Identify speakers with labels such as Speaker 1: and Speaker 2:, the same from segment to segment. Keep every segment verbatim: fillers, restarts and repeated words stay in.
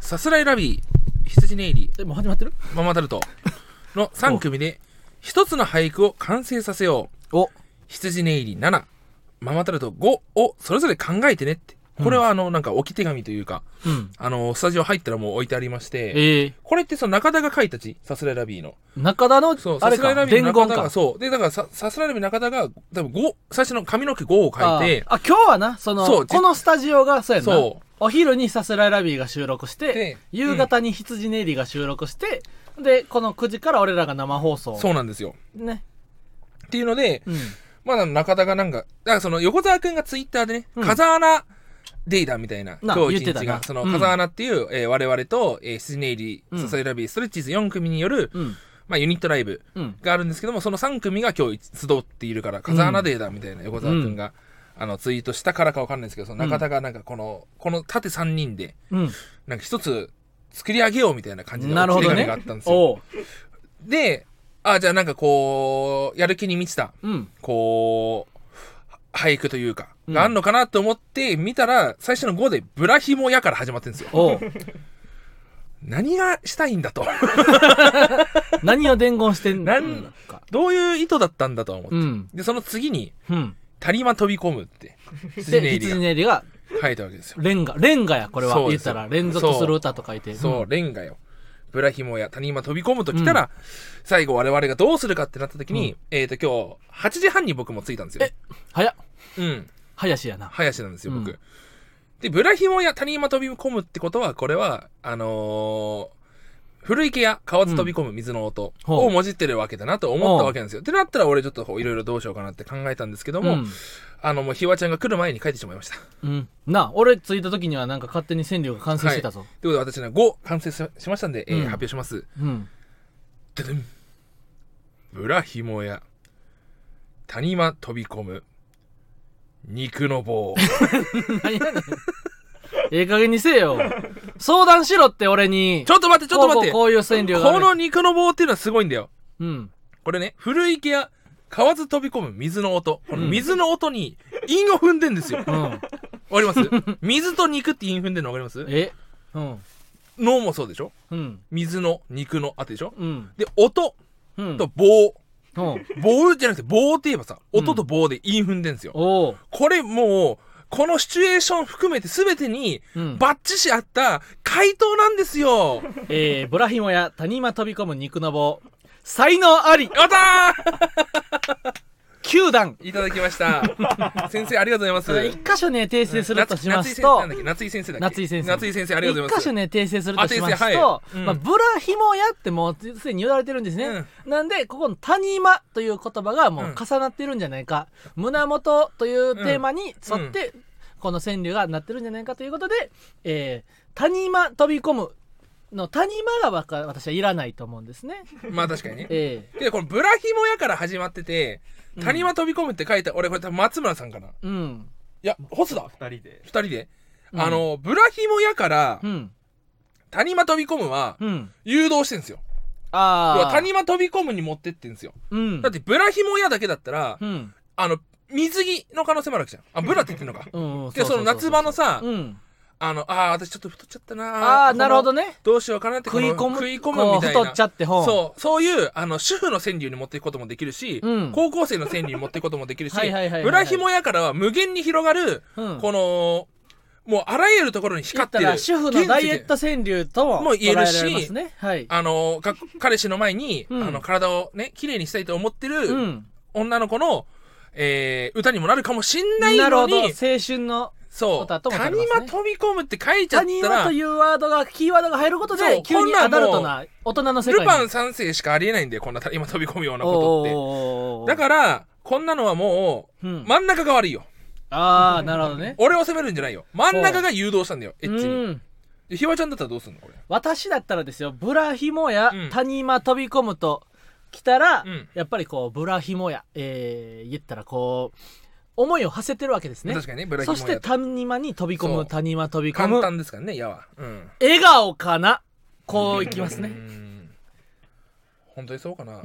Speaker 1: さすらいラビー、羊ネイリ
Speaker 2: えもう始まってる
Speaker 1: ママタルトのさん組で一つの俳句を完成させよう。
Speaker 2: お
Speaker 1: 羊ネイリなな、ママタルトごをそれぞれ考えてねって。これはあのなんか置き手紙というか、うん、あのスタジオ入ったらもう置いてありまして、えー、これってその中田が書いた字、さすらいラビーの
Speaker 2: 中田の
Speaker 1: そうさすらいラビーの中田がそうでだからささすらいラビー中田が多分ご最初の髪の毛ごを書いて、
Speaker 2: ああ今日はなそのそうこのスタジオがそうやなそうお昼にさすらいラビーが収録して夕方に羊ネイリが収録して、うん、でこのくじから俺らが生放送
Speaker 1: そうなんですよ
Speaker 2: ね
Speaker 1: っていうので、うん、まだ中田がなんかだからその横澤くんがツイッターでね、うん、風穴デイだみたいな今日一日がその風穴っていう、うんえー、我々と、えー、羊ネイリー、さすらいラビーストレッチーズよん組による、うんまあ、ユニットライブがあるんですけども、そのさん組が今日集っているから風穴デイだみたいな横澤くんが、うん、あのツイートしたからかわかんないですけどその中田がなんかこの、うん、この縦さんにんで、うん、なんか一つ作り上げようみたいな感じの置き手紙があったんですよ、ね、であじゃあなんかこうやる気に満ちた、うん、こう俳句というか、うん、があんのかなと思って見たら最初のごでブラヒモヤから始まってるんですよ何がしたいんだと
Speaker 2: 何を伝言してんの
Speaker 1: かどういう意図だったんだと思って、うん、でその次に、うん、谷間飛び込むって
Speaker 2: 羊ネイリが
Speaker 1: 書いたわけですよ。
Speaker 2: レンガレンガやこれは言ったら連続する歌と書いて
Speaker 1: そう、そう、うん、レンガよブラヒモや谷間飛び込むときたら、うん、最後我々がどうするかってなった時に、うん、えっ、ー、と今日はちじはんに僕も着いたんですよ。
Speaker 2: え早っ
Speaker 1: うん
Speaker 2: 林やな
Speaker 1: 林なんですよ僕、うん、でブラヒモや谷間飛び込むってことはこれはあのー、古池や河津飛び込む水の音をもじってるわけだなと思ったわけなんですよ。ってなったら俺ちょっといろいろどうしようかなって考えたんですけども、うん、あのもうひわちゃんが来る前に書いてしまいました、
Speaker 2: うん、なあ俺着いた時にはなんか勝手に川柳が完成してたぞ、はい、
Speaker 1: ということで私はご完成しましたんで、うんえー、発表します、うん、ドゥドゥンブラヒモや谷間飛び込む肉の棒
Speaker 2: 何やねんええ加減にせえよ相談しろって俺に
Speaker 1: ちょっと待ってちょっと待って
Speaker 2: こうこうこういう川柳が
Speaker 1: この肉の棒っていうのはすごいんだよ、
Speaker 2: うん、
Speaker 1: これね古池や河津飛び込む水の音この水の音に韻を踏んでんですよ、うん、わかります水と肉って韻踏んでんのわかります
Speaker 2: えうん
Speaker 1: 脳もそうでしょ、うん、水の肉のあってでしょ、うん、で音と棒、うん、棒じゃなくて棒って言えばさ音と棒で韻踏んでんすよ、うん、これもうこのシチュエーション含めて全てにバッチシあった回答なんですよ、
Speaker 2: うんえー、ブラヒモや谷間飛び込む肉の棒才能あり
Speaker 1: やったー
Speaker 2: きゅうだん
Speaker 1: いただきました先生ありがとうございます。
Speaker 2: 一箇所ね訂正するとしますと
Speaker 1: 夏井先生だっけ
Speaker 2: 夏井先生
Speaker 1: 夏井先生ありがとうございます。
Speaker 2: 一箇所ね訂正するとしますと、はいうんまあ、ブラヒモやってもうすでに言われてるんですね、うん、なんでここの谷間という言葉がもう重なってるんじゃないか、うん、胸元というテーマに沿って、うん、この川柳がなってるんじゃないかということで、えー、谷間飛び込むの谷間が私はいらないと思うんですね。
Speaker 1: まあ確かにね、えー、でこのブラヒモやから始まってて谷間飛び込むって書いて、うん、俺これ多分松村さんかな、うん、いや細田
Speaker 3: ふたりで
Speaker 1: ふたりで、うん、あのブラヒモやから、うん、谷間飛び込むは、うん、誘導してんですよ。あ谷間飛び込むに持ってってんですよ、うん、だってブラヒモやだけだったら、うん、あの水着の可能性もあるわけじゃん。あブラって言ってんのかでその夏場のさ、うんあのあ私ちょっと太っちゃったな
Speaker 2: あなるほどね
Speaker 1: どうしようかなって
Speaker 2: 食い込む
Speaker 1: 食い込むみたいな
Speaker 2: 太っちゃってほん
Speaker 1: そうそういうあの主婦の川柳に持っていくこともできるし、うん、高校生の川柳に持っていくこともできるしブラヒモやからは無限に広がる、うん、このもうあらゆるところに光ってる
Speaker 2: 主婦のダイエット川柳とも
Speaker 1: 言えるし、
Speaker 2: ねはい、
Speaker 1: あの彼氏の前に、うん、あの体をね綺麗にしたいと思ってる、うん、女の子の、えー、歌にもなるかもしんないのに
Speaker 2: なるほど青春の
Speaker 1: そう、ね、谷間飛び込むって書いちゃったら
Speaker 2: 谷間というワードがキーワードが入ることで急にアダルトな大人の世界に
Speaker 1: ルパン三世しかありえないんだよこんな谷間飛び込むようなことってだからこんなのはもう、うん、真ん中が悪いよ。
Speaker 2: ああなるほどね
Speaker 1: 俺を責めるんじゃないよ真ん中が誘導したんだよエッチに、うん、ひわちゃんだったらどうすんのこれ
Speaker 2: 私だったらですよブラヒモや谷間飛び込むと来たら、うん、やっぱりこうブラヒモや、えー、言ったらこう思いを馳せてるわけですね。
Speaker 1: 確かにね、ブラ
Speaker 2: ヒモやそして谷間に飛び込む谷間飛び込む
Speaker 1: 簡単ですからね、やは、うん、
Speaker 2: 笑顔かなこういきますね。
Speaker 1: うん本当にそうかな、うん、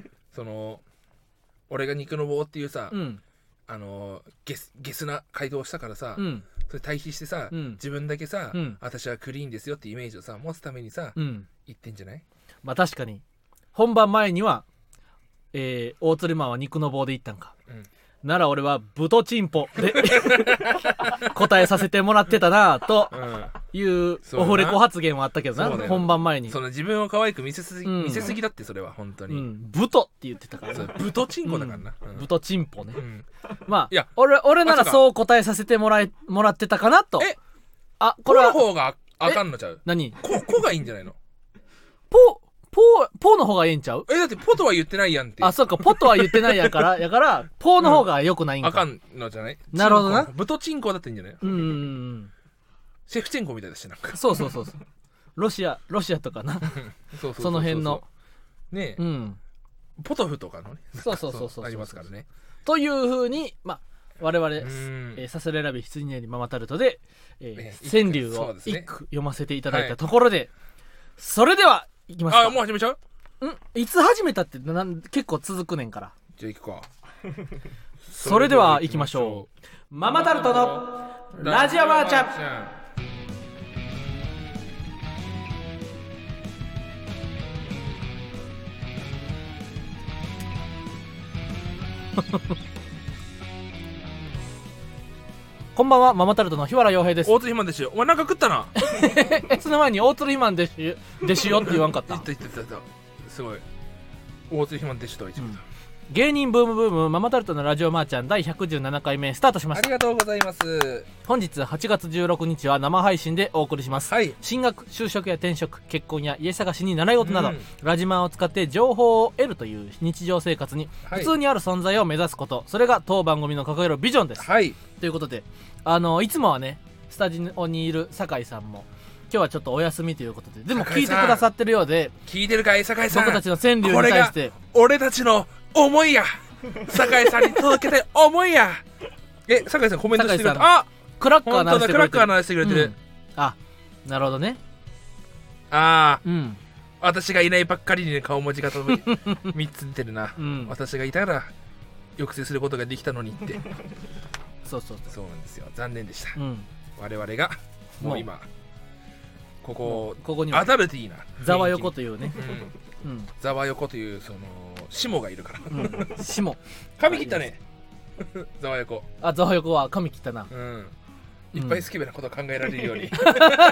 Speaker 1: その俺が肉の棒っていうさ、うん、あのゲスゲスな回答をしたからさ、うん、 それ対比してさ、
Speaker 2: うん、
Speaker 1: 自分だけさ、
Speaker 2: うん、
Speaker 1: 私はクリーンですよってイメージをさ持つためにさ、うん、言ってんじゃない？
Speaker 2: まあ確かに本番前には、えー、大鶴マンは肉の棒で言ったんか、うん、なら俺はブトチンポで答えさせてもらってたなというオフレコ発言はあったけどな、本番前に
Speaker 1: その自分を可愛く見せすぎ、うん、見せすぎだってそれは本当に、うん、
Speaker 2: ブトって言ってたからな
Speaker 1: ブトチンコだからな、
Speaker 2: うん、ブトチンポね、うん、まあ
Speaker 1: いや
Speaker 2: 俺, 俺ならそう答えさせてもらえもらってたかなと。
Speaker 1: えあこれはポの方があかんのちゃう？
Speaker 2: 何
Speaker 1: ここがいいんじゃないの？
Speaker 2: ポポポの方がいいんちゃう？
Speaker 1: えだってポとは言ってないやんって。
Speaker 2: あそうかポとは言ってないやからやからポの方が良くないんか、
Speaker 1: うん、あかんのじゃない？
Speaker 2: なるほどな。
Speaker 1: ブトチンコだっていいんじゃない？
Speaker 2: うんうんうん
Speaker 1: シェフチェンコみたいだしなんか
Speaker 2: そうそうそうそうロシアロシアとかなそうそうそうそうその辺の
Speaker 1: ねえ、
Speaker 2: うん、
Speaker 1: ポトフとかのね
Speaker 2: そうそうそうそう
Speaker 1: ありますからね。
Speaker 2: というふうにまあ我々、えー、サスレラビ羊ねりママタルトで、えー、川柳を一句読ませていただいたところで、はい、それではいきますか。
Speaker 1: あもう始めちゃう？
Speaker 2: んいつ始めたってなん結構続くねんから。
Speaker 1: じゃあ行くか
Speaker 2: それでは行きましょう。ママタルトのラジオマーちゃん。こんばんは、ママタルトの日原洋平です。
Speaker 1: 大津ひまんですよ。お前なんか食ったな
Speaker 2: その前に大津ひまんですよですよって言わんかった。
Speaker 1: 言った言った言ったすごい大津ひまんですとは言っちゃった、うん、
Speaker 2: 芸人ブームブームママタルトのラジオマーちゃんだいひゃくじゅうななかいめスタートしました。
Speaker 1: ありがとうございます。
Speaker 2: 本日はちがつじゅうろくにちは生配信でお送りします、
Speaker 1: はい、
Speaker 2: 進学就職や転職結婚や家探しに習い事など、うん、ラジマンを使って情報を得るという日常生活に普通にある存在を目指すこと、はい、それが当番組の掲げるビジョンです、
Speaker 1: はい、
Speaker 2: ということであのいつもはねスタジオにいる酒井さんも今日はちょっとお休みということででも聞いてくださってるようで
Speaker 1: 聞いてるかい酒井さん
Speaker 2: 僕たちの川柳に対して
Speaker 1: 俺たちの思いや酒井さんに届けて思いやえ酒井さんコメントしてくれた。あ
Speaker 2: クラッカー鳴らしてくれてる。
Speaker 1: クラッカー鳴らしてくれてる、うん、
Speaker 2: あなるほどね。
Speaker 1: ああ、
Speaker 2: うん、
Speaker 1: 私がいないばっかりに顔文字が飛びみっつ出てるな、うん、私がいたら抑制することができたのにって
Speaker 2: そうそうそう
Speaker 1: そうなんですよ。残念でした、
Speaker 2: うん、
Speaker 1: 我々がもう今ここ
Speaker 2: ここに
Speaker 1: アダルティーな
Speaker 2: ざわ横というね
Speaker 1: ざわ横というその下がいるから、
Speaker 2: うん、下
Speaker 1: 髪切ったねざわ横
Speaker 2: あざわ横は髪切ったな、
Speaker 1: うん、いっぱいスケベなこと考えられるように、うん、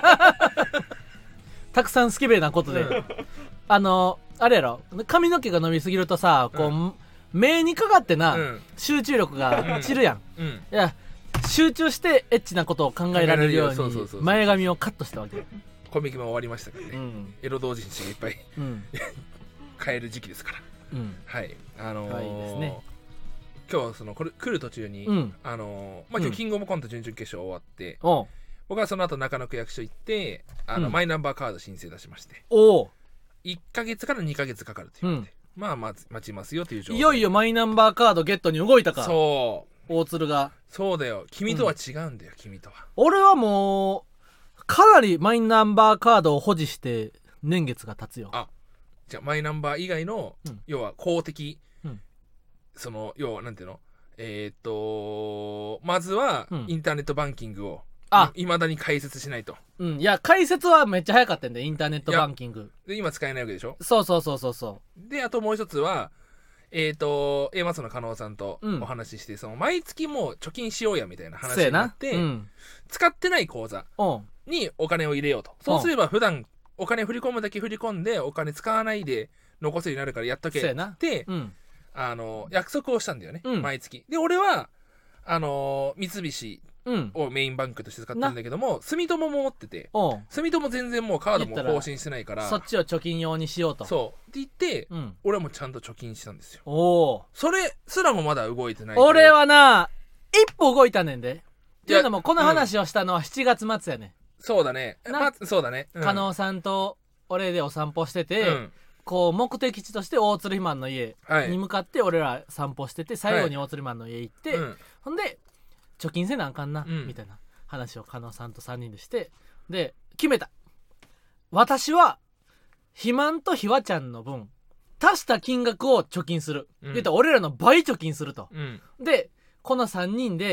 Speaker 2: たくさんスケベなことで、うん、あのあれやろ髪の毛が伸びすぎるとさこう、うん、目にかかってな、うん、集中力が散るやん、うんうん、いや集中してエッチなことを考えられるように前髪をカットしたわけ。
Speaker 1: コミケも終わりましたからね、うん、エロ同人誌がいっぱい、うん、買える時期ですから、うん、はいあのーはいですね、今日そのこれ来る途中に、うん、あのー、まあ今日キングオブコント準々決勝終わって、うん、僕はその後中野区役所行ってあの、うん、マイナンバーカード申請出しまして、
Speaker 2: お
Speaker 1: いっかげつからにかげつかかるって言われて、うん、まあまあ待ちますよという状況。
Speaker 2: いよいよマイナンバーカードゲットに動いたか。
Speaker 1: そう
Speaker 2: 大鶴が
Speaker 1: そうだよ。君とは違うんだよ、うん、君とは。
Speaker 2: 俺はもうかなりマイナンバーカードを保持して年月が経つよ。
Speaker 1: あじゃあマイナンバー以外の、うん、要は公的、うん、その要はなんていうのえー、っとまずは、うん、インターネットバンキングをいまだに開設しないと。
Speaker 2: うんいや開設はめっちゃ早かったんだよインターネットバンキング
Speaker 1: で今使えないわけでしょ。
Speaker 2: そうそうそうそうそう
Speaker 1: であともう一つはえーと A マスの加納さんとお話しして、うん、その毎月もう貯金しようやみたいな話になって、うん、使ってない口座にお金を入れようと。そうすれば普段お金振り込むだけ振り込んでお金使わないで残せるようになるからやっとけって、うん、あの約束をしたんだよね、うん、毎月で俺はあの三菱をメインバンクとして使ってるんだけども、住友も持ってて住友全然もうカードも更新してないから
Speaker 2: そっちを貯金用にしようと
Speaker 1: そうって言って、うん、俺はもうちゃんと貯金したんですよ。
Speaker 2: お
Speaker 1: それすらもまだ動いてない。
Speaker 2: 俺はな一歩動いたねんで。っていうのもこの話をしたのはしちがつまつやねん。
Speaker 1: そうだね、ま、そうだね、
Speaker 2: うん、加納さんと俺でお散歩してて、うん、こう目的地として大鶴ひまんの家に向かって俺ら散歩してて、はい、最後に大鶴ひまんの家行って、うん、ほんで貯金せなあかんな、うん、みたいな話を加納さんとさんにんでしてで決めた。私はひまんとひわちゃんの分足した金額を貯金する、うん、言うたら俺らの倍貯金すると、うん、でこのさんにんで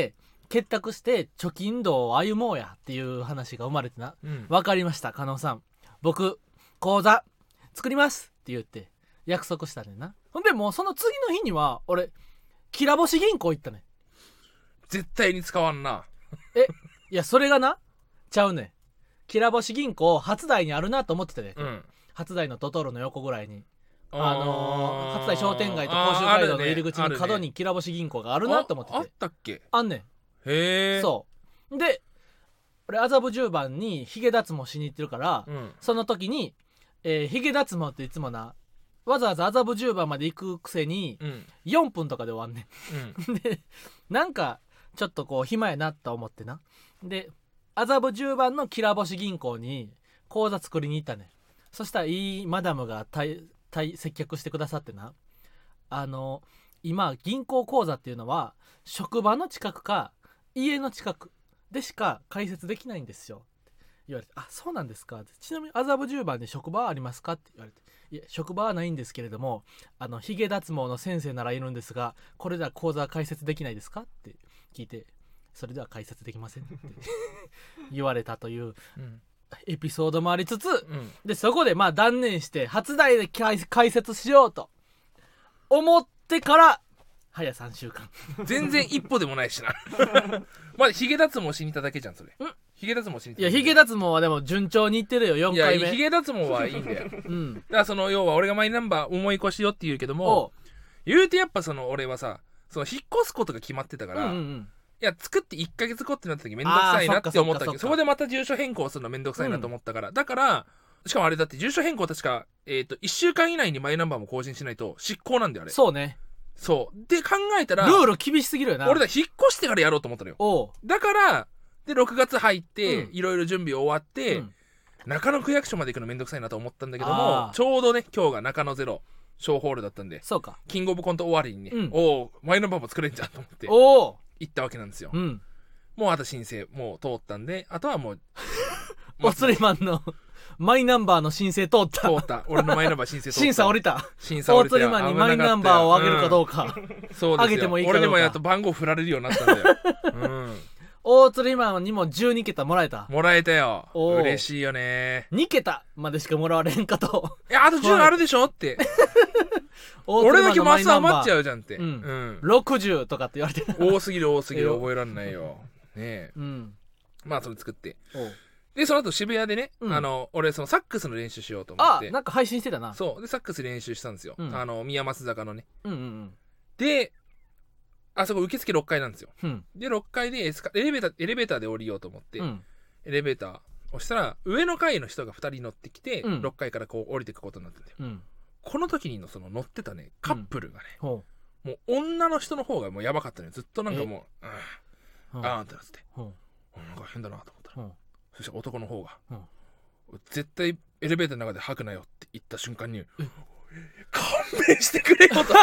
Speaker 2: 結託して貯金道を歩もうやっていう話が生まれてな、
Speaker 1: うん、
Speaker 2: 分かりました加納さん、僕口座作りますって言って約束したねんな。ほんでもうその次の日には俺きらぼし銀行行ったね。
Speaker 1: 絶対に使わんな。
Speaker 2: えいやそれがなちゃうねん。きらぼし銀行初台にあるなと思ってたで、うん、初台のトトロの横ぐらいにあのー、初台商店街と甲州街道の入り口に角にきらぼし銀行があるなと思ってて
Speaker 1: あ, あ, あったっけ。
Speaker 2: あんねん。
Speaker 1: へえ。
Speaker 2: そうで俺麻布十番にヒゲ脱毛しに行ってるから、うん、その時に、えー、ヒゲ脱毛っていつもなわざわざ麻布十番まで行くくせに、うん、よんぷんとかで終わんねん、うん、でなんかちょっとこう暇やなと思ってな。で麻布十番のきらぼし銀行に口座作りに行ったねん。そしたらいいマダムが対接客してくださってな、あの今銀行口座っていうのは職場の近くか家の近くでしか開設できないんですよって言われて、あそうなんですか。ちなみに麻布十番で職場はありますかって言われて、いや職場はないんですけれどもあのヒゲ脱毛の先生ならいるんですがこれでは口座開設できないですかって聞いて、それでは開設できませんって言われたという、うんエピソードもありつつ、うん、でそこでまあ断念して初台で解説しようと思ってから早さんしゅうかん
Speaker 1: 全然一歩でもないしなまだヒゲ脱毛しに行っただけじゃんそれ。ヒゲ脱毛しに行っただけ。
Speaker 2: いやヒゲ脱毛はでも順調にいってるよよんかいめ。
Speaker 1: いやヒゲ脱毛はいいんだよ、うん、だからその要は俺がマイナンバー重い腰よって言うけども言うてやっぱその俺はさその引っ越すことが決まってたから、うんうんうんいや作っていっかげつごってなった時めんどくさいなって思ったけど そ, そこでまた住所変更するのめんどくさいなと思ったから、うん、だからしかもあれだって住所変更確か、えー、といっしゅうかん以内にマイナンバーも更新しないと失効なんだよあれ。
Speaker 2: そうね。
Speaker 1: そうで考えたら
Speaker 2: ルール厳しすぎるよな。
Speaker 1: 俺だ引っ越してからやろうと思ったのよ。おだからでろくがつ入っていろいろ準備終わって、うん、中野区役所まで行くのめんどくさいなと思ったんだけどもちょうどね今日が中野ゼロ小ホールだったんで
Speaker 2: そうか
Speaker 1: キングオブコント終わりにね、うん、おおマイナンバーも作れんじゃんと思って
Speaker 2: お
Speaker 1: 行ったわけなんですよ、
Speaker 2: うん
Speaker 1: もうあと申請もう通ったんであとはもう
Speaker 2: おつりマンのマイナンバーの申請通った
Speaker 1: 通った俺のマイナンバー申請通った
Speaker 2: 審査降りた
Speaker 1: 審査降りた
Speaker 2: おつりマンにマイナンバーを上げるかどうか、
Speaker 1: うん、そうですよ上げてもいいかどうか俺でもやっと番号振られるようになったんだよ、うん、
Speaker 2: 大釣りマンにもじゅうにけたもらえた
Speaker 1: もらえたよ嬉しいよね。
Speaker 2: にけたまでしかもらわれんかと
Speaker 1: いやあとじゅうあるでしょって俺だけマス余っちゃうじゃんって、うん
Speaker 2: うん、ろくじゅうとかって言われて
Speaker 1: 多すぎる多すぎる覚えらんないよねえ、うん、まあそれ作ってでその後渋谷でね、うん、あの俺そのサックスの練習しようと思って
Speaker 2: あなんか配信してたな。
Speaker 1: そうでサックス練習したんですよ、うん、あの宮益坂のね、
Speaker 2: うんうんうん、
Speaker 1: であそこ受付ろっかいなんですよ、うん、でろっかいでエスカエレベーターエレベーターで降りようと思って、うん、エレベーター押したら上の階の人がふたり乗ってきて、うん、ろっかいからこう降りていくことになってんだよ、うん、この時にのその乗ってたねカップルがね、うん、もう女の人の方がもうやばかったね。ずっとなんかもうあーってなってて、うん、なんか変だなと思ったら、うん、そして男の方が、うん、絶対エレベーターの中で吐くなよって言った瞬間に勘弁してくれよとおい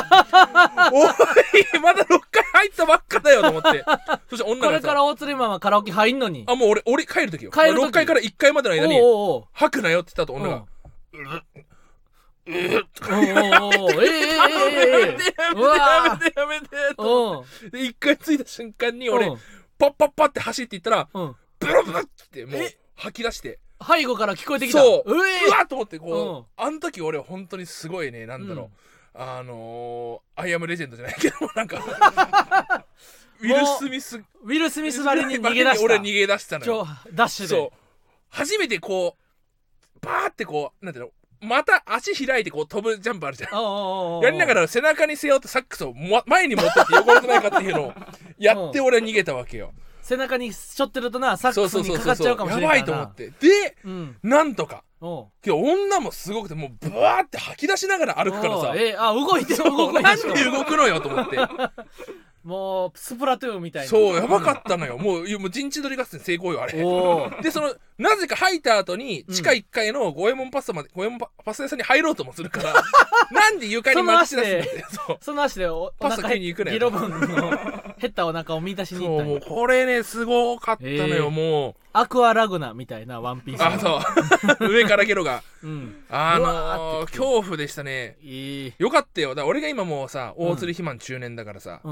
Speaker 1: まだろっかい入ったばっかだよと思ってそして女が
Speaker 2: これから大釣りマンはカラオケ入んのに
Speaker 1: あもう俺俺帰る時よ帰る時ろっかいからいっかいまでの間に吐くなよって言ったと女がうっえー、やめてやめてやめてやめてとで一回着いた瞬間に俺パッパッパって走っていったらブロブロってもう吐き出して
Speaker 2: 背後から聞こえてきた。
Speaker 1: そううわっと思ってこうあの時俺は本当にすごいねなんだろう、うん、あのー、アイアムレジェンドじゃないけどなんかウィル・スミス
Speaker 2: ウィル・スミスばりに逃げ出した
Speaker 1: 俺逃げ出したのよ
Speaker 2: ダッシュで
Speaker 1: そう初めてこうバーってこうなんていうのまた足開いてこう飛ぶジャンプあるじゃんやりながら背中に背負ってサックスを前に持ってって汚れてないかっていうのをやって俺は逃げたわけよ。
Speaker 2: 背中にしょってるとなサックスにかかっちゃうかもしれないから
Speaker 1: やばいと思ってで、うん、なんとかけど女もすごくてもうブワーって吐き出しながら歩くからさ
Speaker 2: えー、あ動いてる動く
Speaker 1: なんで動くのよと思って
Speaker 2: もうスプラトゥーンみたいな
Speaker 1: そうやばかったのよもうもう陣地取り合戦成功よあれでそのなぜか吐いた後に地下いっかいの五右衛門パスタまで五右衛門パスタ屋さんに入ろうともするからなんで床に巻き出すんだって
Speaker 2: その足でお
Speaker 1: パスタ食いに行くね
Speaker 2: ギロ分の減ったお腹を満たしに行ったん
Speaker 1: そうもうこれねすごかったのよ、えー、もう
Speaker 2: アクアラグナみたいなワンピース
Speaker 1: あそう上からゲロが、うん、あのー、恐怖でしたね、えー、よかったよだから俺が今もうさ大釣り肥満中年だからさ、うん、なんだ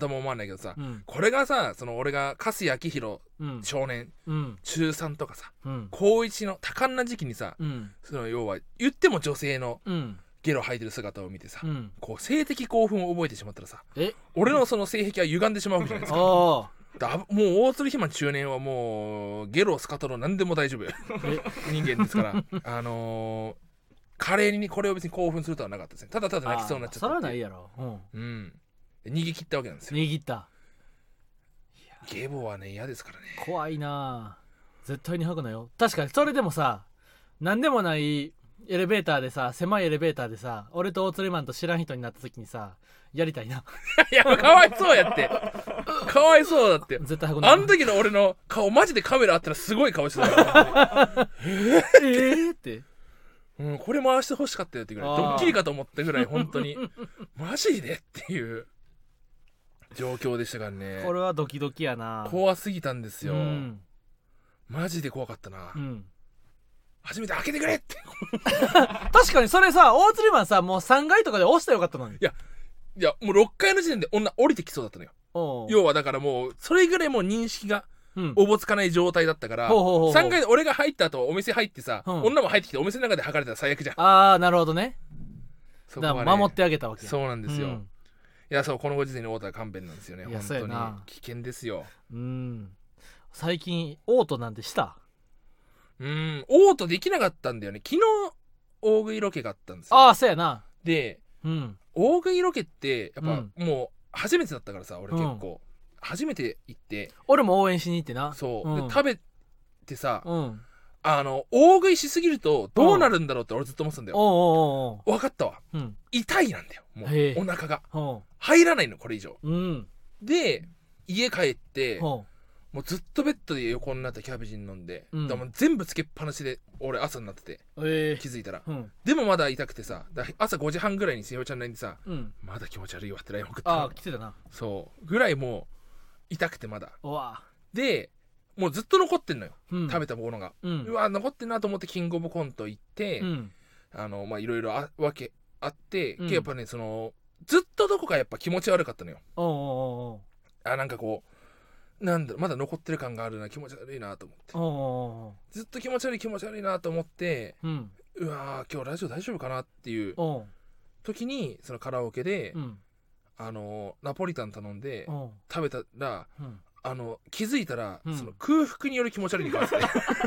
Speaker 1: とも思わないけどさ、
Speaker 2: うん、
Speaker 1: これがさその俺が粕谷明宏、
Speaker 2: うん、
Speaker 1: 少年、うん、中さんとかさ、うん、高いちの多感な時期にさ、うん、その要は言っても女性のゲロ吐いてる姿を見てさ、うん、こう性的興奮を覚えてしまったらさ、え俺のその性癖は歪んでしまうわけじゃないですか。だもう大鶴ひま中年はもうゲロスカトロ何でも大丈夫よ人間ですからあのー、華麗にこれを別に興奮するとはなかったですね。ただただ泣きそうになっちゃった。
Speaker 2: それはないやろ、うん、
Speaker 1: うん、逃げ切ったわけなんですよ。
Speaker 2: 逃げ切った。
Speaker 1: ゲボはね嫌ですからね。
Speaker 2: 怖いな絶対に吐くなよ。確かにそれでもさ何でもないエレベーターでさ狭いエレベーターでさ俺と大鶴マンと知らん人になった時にさやりたいな。
Speaker 1: いやかわいそうやってかわいそうだって。
Speaker 2: 絶対吐くな。
Speaker 1: あの時の俺の顔マジでカメラあったらすごい顔してたからえ
Speaker 2: ーって、
Speaker 1: うん、これ回してほしかったよってぐらいドッキリかと思ったぐらい本当にマジでっていう状況でしたからね。
Speaker 2: これはドキドキやな。
Speaker 1: 怖すぎたんですよ、うん、マジで怖かったな、うん、初めて開けてくれって
Speaker 2: 確かにそれさ大釣りマンさもうさんがいとかで押したらよかったのに。い
Speaker 1: やいやもうろっかいの時点で女降りてきそうだったのよ。要はだからもうそれぐらいもう認識がおぼつかない状態だったから、うん、さんがいで俺が入った後お店入ってさ、うん、女も入ってきてお店の中で吐かれたら最悪じゃん。
Speaker 2: ああなるほどね。そこはねだから守ってあげたわけや。
Speaker 1: そうなんですよ、うん、いやそうこのご時世にオートは勘弁なんですよね。本当に危険ですよ。
Speaker 2: うん最近オートなんてした？
Speaker 1: うんオートできなかったんだよね。昨日大食いロケがあったんですよ。
Speaker 2: ああそうやな。
Speaker 1: で、うん、大食いロケってやっぱ、うん、もう初めてだったからさ俺結構、うん、初めて行って
Speaker 2: 俺も応援しに行ってな。
Speaker 1: そう、うん、で食べてさ、うん、あの大食いしすぎるとどうなるんだろうって俺ずっと思ってたんだよ。おうおうおう分かったわ、うん、痛いなんだよもうお腹が入らないのこれ以上、うん、で家帰ってもうずっとベッドで横になってキャベジン飲んで、うん、だからもう全部つけっぱなしで俺朝になってて、えー、気づいたら、うん、でもまだ痛くてさだ朝ごじはんぐらいにしおちゃんラインでさ、うん、まだ気持ち悪いわってライン送ったの。
Speaker 2: あ来てたな。
Speaker 1: そうぐらいもう痛くてまだでもうずっと残ってんのよ、うん、食べたものが、うん、うわ残ってんなと思ってキングオブコント行って、うん、あのまあいろいろわけあって、うん、やっぱねそのずっとどこかやっぱ気持ち悪かったのよ。おうおうおうあなんかこうなんだろまだ残ってる感があるな気持ち悪いなと思っておうおうずっと気持ち悪い気持ち悪いなと思って、うん、うわ今日ラジオ大丈夫かなっていう時にそのカラオケで、うん、あのナポリタン頼んで食べたら、うん、あの気づいたら、うん、その空腹による気持ち悪いに変わって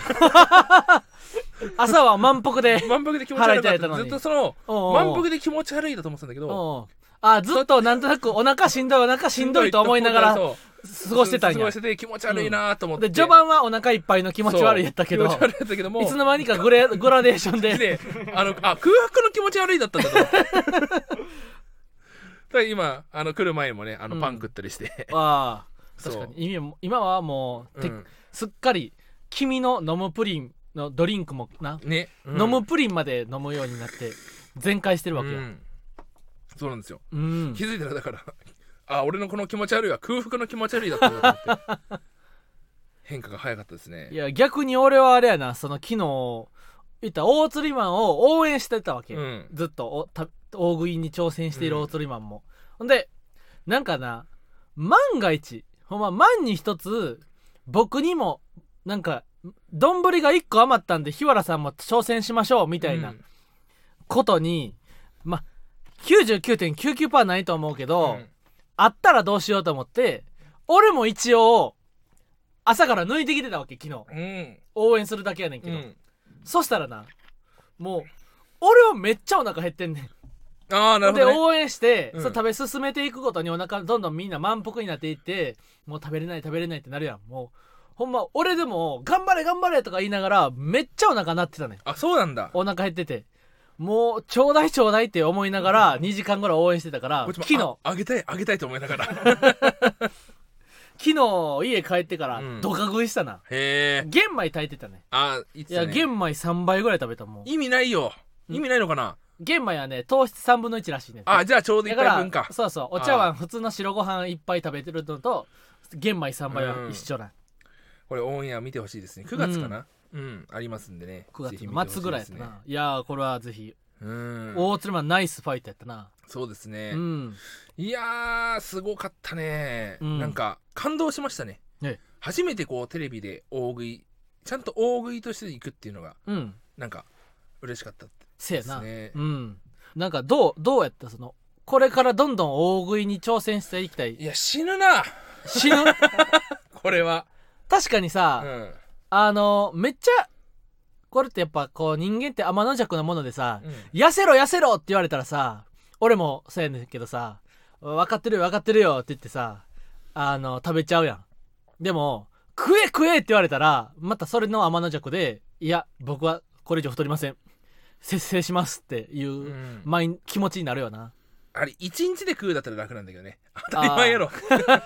Speaker 2: 朝は満腹で
Speaker 1: 満腹で気持ち悪いかったのにずっとその満腹で気持ち悪いだと思ってたんだけど
Speaker 2: あずっとなんとなくお腹しんどいお腹しんどいと思いながら過ごしてたんや。
Speaker 1: 過ごしてて気持ち悪いなと思って、
Speaker 2: うん、で序盤はお腹いっぱいの気持ち悪いやったけど、気持ち悪いやったけどもいつの間にかグレグラデーションで
Speaker 1: であのあ空腹の気持ち悪いだったんだと思ってだから今あの来る前もねあのパン食ったりして、うん、あ
Speaker 2: 確かに今今はもう、うん、すっかり君の飲むプリンのドリンクもな、ねうん、飲むプリンまで飲むようになって全開してるわけや、うん、
Speaker 1: そうなんですよ、うん、気づいたらだからあ俺のこの気持ち悪いは空腹の気持ち悪いだったんだと思って変化が早かったですね。
Speaker 2: いや逆に俺はあれやなその昨日言った大釣りマンを応援してたわけ、うん、ずっとおた大食いに挑戦している大釣りマンも、ほ、うん、んでなんかな万が一ほんま万に一つ僕にもなんか丼がいっこ余ったんで日原さんも挑戦しましょうみたいなことに、うん、ま きゅうじゅうきゅうてんきゅうきゅうパーセント ないと思うけど、うん、あったらどうしようと思って俺も一応朝から抜いてきてたわけ昨日、うん、応援するだけやねんけど、うん、そしたらなもう俺はめっちゃお腹減ってんねん。
Speaker 1: あーなるほどね、
Speaker 2: で応援して、うん、そ食べ進めていくごとにお腹どんどんみんな満腹になっていってもう食べれない食べれないってなるやん。もうほんま俺でも頑張れ頑張れとか言いながらめっちゃお腹鳴ってたねん。
Speaker 1: あそうなんだ。
Speaker 2: お腹減っててもうちょうだいちょうだいって思いながらにじかんぐらい応援してたから昨日
Speaker 1: あ, あげたいあげたいと思いながら
Speaker 2: 昨日家帰ってからドカ食いしたな、うん、へえ玄米炊いてたね。
Speaker 1: あいいっすね。
Speaker 2: いや玄米さんばいぐらい食べたもん。
Speaker 1: 意味ないよ意味ないのかな。
Speaker 2: 玄米はね糖質さんぶんのいちらしいねん。
Speaker 1: あじゃあちょうどいっぱいぶんか。
Speaker 2: そうそうお茶碗普通の白ご飯いっぱい食べてるのと玄米さんばいは一緒なん、うん、
Speaker 1: これオンエア見てほしいですね。くがつかな、うん、うん、ありますんでね。
Speaker 2: くがつの末ぐらいやったな。いやーこれはぜひうん大鶴マンナイスファイトやったな。
Speaker 1: そうですね、
Speaker 2: うん、
Speaker 1: いやーすごかったね、うん、なんか感動しましたね、
Speaker 2: ね、
Speaker 1: 初めてこうテレビで大食いちゃんと大食いとしていくっていうのが、うん、なんか嬉しかったですね。
Speaker 2: せやな、うん、なんかどうどうやったそのこれからどんどん大食いに挑戦していきたい。
Speaker 1: いや死ぬな
Speaker 2: 死ぬ
Speaker 1: これは
Speaker 2: 確かにさ、うん、あのめっちゃこれってやっぱこう人間って天の弱なものでさ、うん、痩せろ痩せろって言われたらさ俺もそうやねんけどさ分かってるよ分かってるよって言ってさあの食べちゃうやん。でも食え食えって言われたらまたそれの天の弱でいや僕はこれ以上太りません節制しますっていう、うん、マイン気持ちになるよな。
Speaker 1: あれいちにちで食うだったら楽なんだけどね当たり前やろ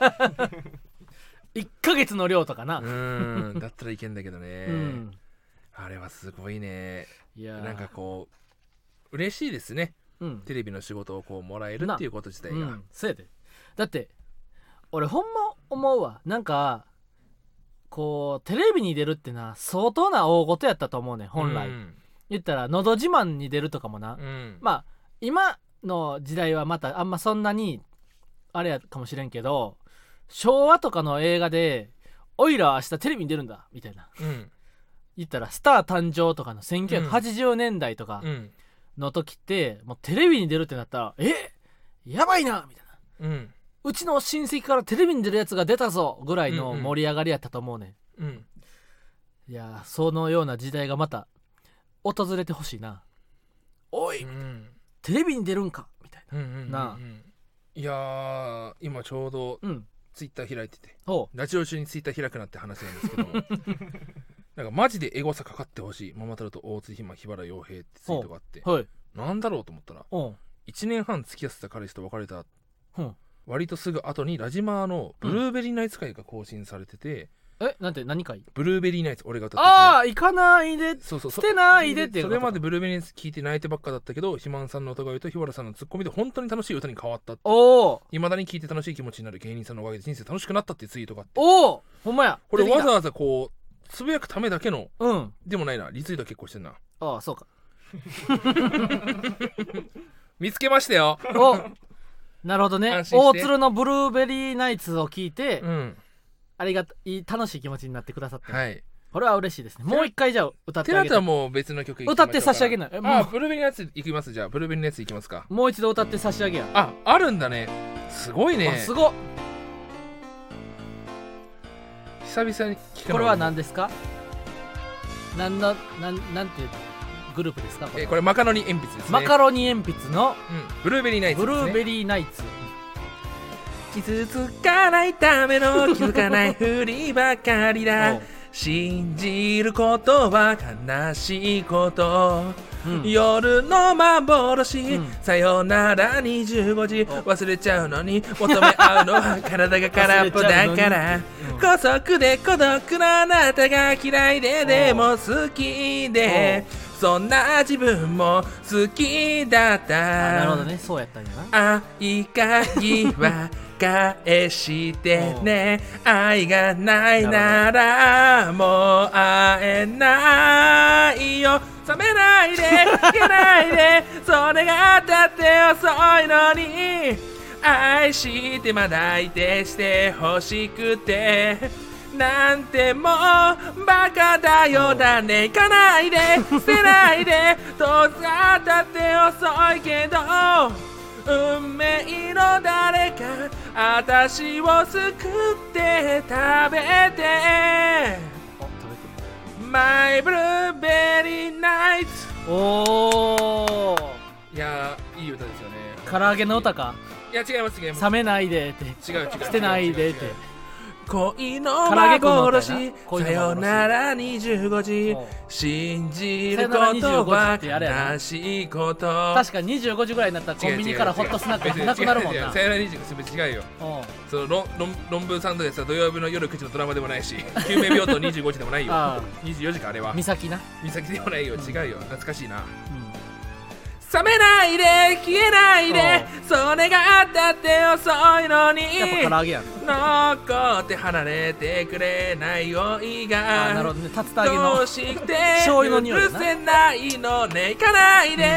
Speaker 2: いっかげつの量とかな
Speaker 1: うんだったらいけんだけどね、うん、あれはすごいね。いやなんかこう嬉しいですね、うん、テレビの仕事をこうもらえるっていうこと自体が、うん、
Speaker 2: そうやで。だって俺ほんま思うわなんかこうテレビに出るってな相当な大事やったと思うね本来、うん、言ったらのど自慢に出るとかもな、うん、まあ今の時代はまたあんまそんなにあれやかもしれんけど昭和とかの映画でオイラは明日テレビに出るんだみたいな、うん、言ったらスター誕生とかのせんきゅうひゃくはちじゅうねんだいとかの時って、うん、もうテレビに出るってなったらえやばいなみたいな、うん、うちの親戚からテレビに出るやつが出たぞぐらいの盛り上がりやったと思うね、うんうん、いやそのような時代がまた訪れてほしいな。おい、うん、テレビに出るんかみたいな、うんうんうんうん、なあ
Speaker 1: いやー今ちょうどツイッター開いてて、うん、ラジオ中にツイッター開くなって話なんですけどなんかマジでエゴサかかってほしいママタルト大津ひま桧原陽平ってツイートがあって、はい、なんだろうと思ったらいちねんはん付き合ってた彼氏と別れた、うん、割とすぐ後にラジマーのブルーベリーナイツ会が更新されてて、
Speaker 2: うん、えなんて何回
Speaker 1: ブルーベリーナイツ俺が歌ってて、
Speaker 2: ああ行かないでそうそう捨てないでって
Speaker 1: それまでブルーベリーナイツ聞いて泣いてばっかだったけど肥満さんの歌声と日原さんのツッコミで本当に楽しい歌に変わったって、おいまだに聞いて楽しい気持ちになる芸人さんのおかげで人生楽しくなったっていうツイートがあって、
Speaker 2: おおほんまや
Speaker 1: これわざわざこうつぶやくためだけの、うん、でもないなリツイート結構してんな。
Speaker 2: ああそうか
Speaker 1: 見つけましたよ。
Speaker 2: おなるほどね。大鶴のブルーベリーナイツを聞いて、うん、ありがたい楽しい気持ちになってくださって、はい、これは嬉しいですね。もう一回じゃあ歌ってあげて。
Speaker 1: テラタはもう別の曲
Speaker 2: 歌って差し上げない。
Speaker 1: あブルーベリーナイツいきます。じゃあブルーベリーナイツいきますか。
Speaker 2: もう一度歌って差し上げや。
Speaker 1: ああるんだね。すごいね。
Speaker 2: すごっ。
Speaker 1: 久々に聞く。
Speaker 2: これは何ですか。なんのなんなんていうグループですか。
Speaker 1: これ、えー、これマカロニ鉛筆ですね。
Speaker 2: マカロニ鉛筆の、
Speaker 1: うん、ブルーベリーナイツ、
Speaker 2: ね、ブルーベリーナイツ。
Speaker 1: 傷つかないための気づかないふりばかりだ信じることは悲しいこと、うん、夜の幻、うん、さよならにじゅうごじ忘れちゃうのに求め合うのは体が空っぽだから、うん、孤独で孤独なあなたが嫌いででも好きでそんな自分も好きだった。
Speaker 2: なるほどねそうやったんやな。
Speaker 1: 愛鍵は返してね愛がないならもう会えないよ冷めないで消えないでそれがだって遅いのに愛してまだいてしてほしくてなんてもうバカだよだね行かないで捨てないでどうせだって遅いけど運命の誰か私を救って食べて My Blueberry Night。
Speaker 2: おー
Speaker 1: いやいい歌ですよね。
Speaker 2: 唐揚げの歌か。
Speaker 1: いや違います違います。
Speaker 2: 冷めないでって
Speaker 1: 違う違う
Speaker 2: 捨てないでって
Speaker 1: 恋の幻さよならにじゅうごじ信じることは悲しいこと。
Speaker 2: 確かにじゅうごじぐらいになったらコンビニからホットスナックなくなるもんな。
Speaker 1: さよならにじゅうごじ違うよ。その論論文サンドでさ土曜日の夜くじのドラマでもないし救命病棟にじゅうごじでもないよ。にじゅうよじかあれは
Speaker 2: 美咲な
Speaker 1: 美咲でもないよ。違うよ懐かしいな。冷めないで消えないでそれがあったって遅いのに
Speaker 2: やっぱ唐揚げやん
Speaker 1: 残って離れてくれない酔いが
Speaker 2: あなるほどね竜田揚げの
Speaker 1: どうして許せないのね行かないで捨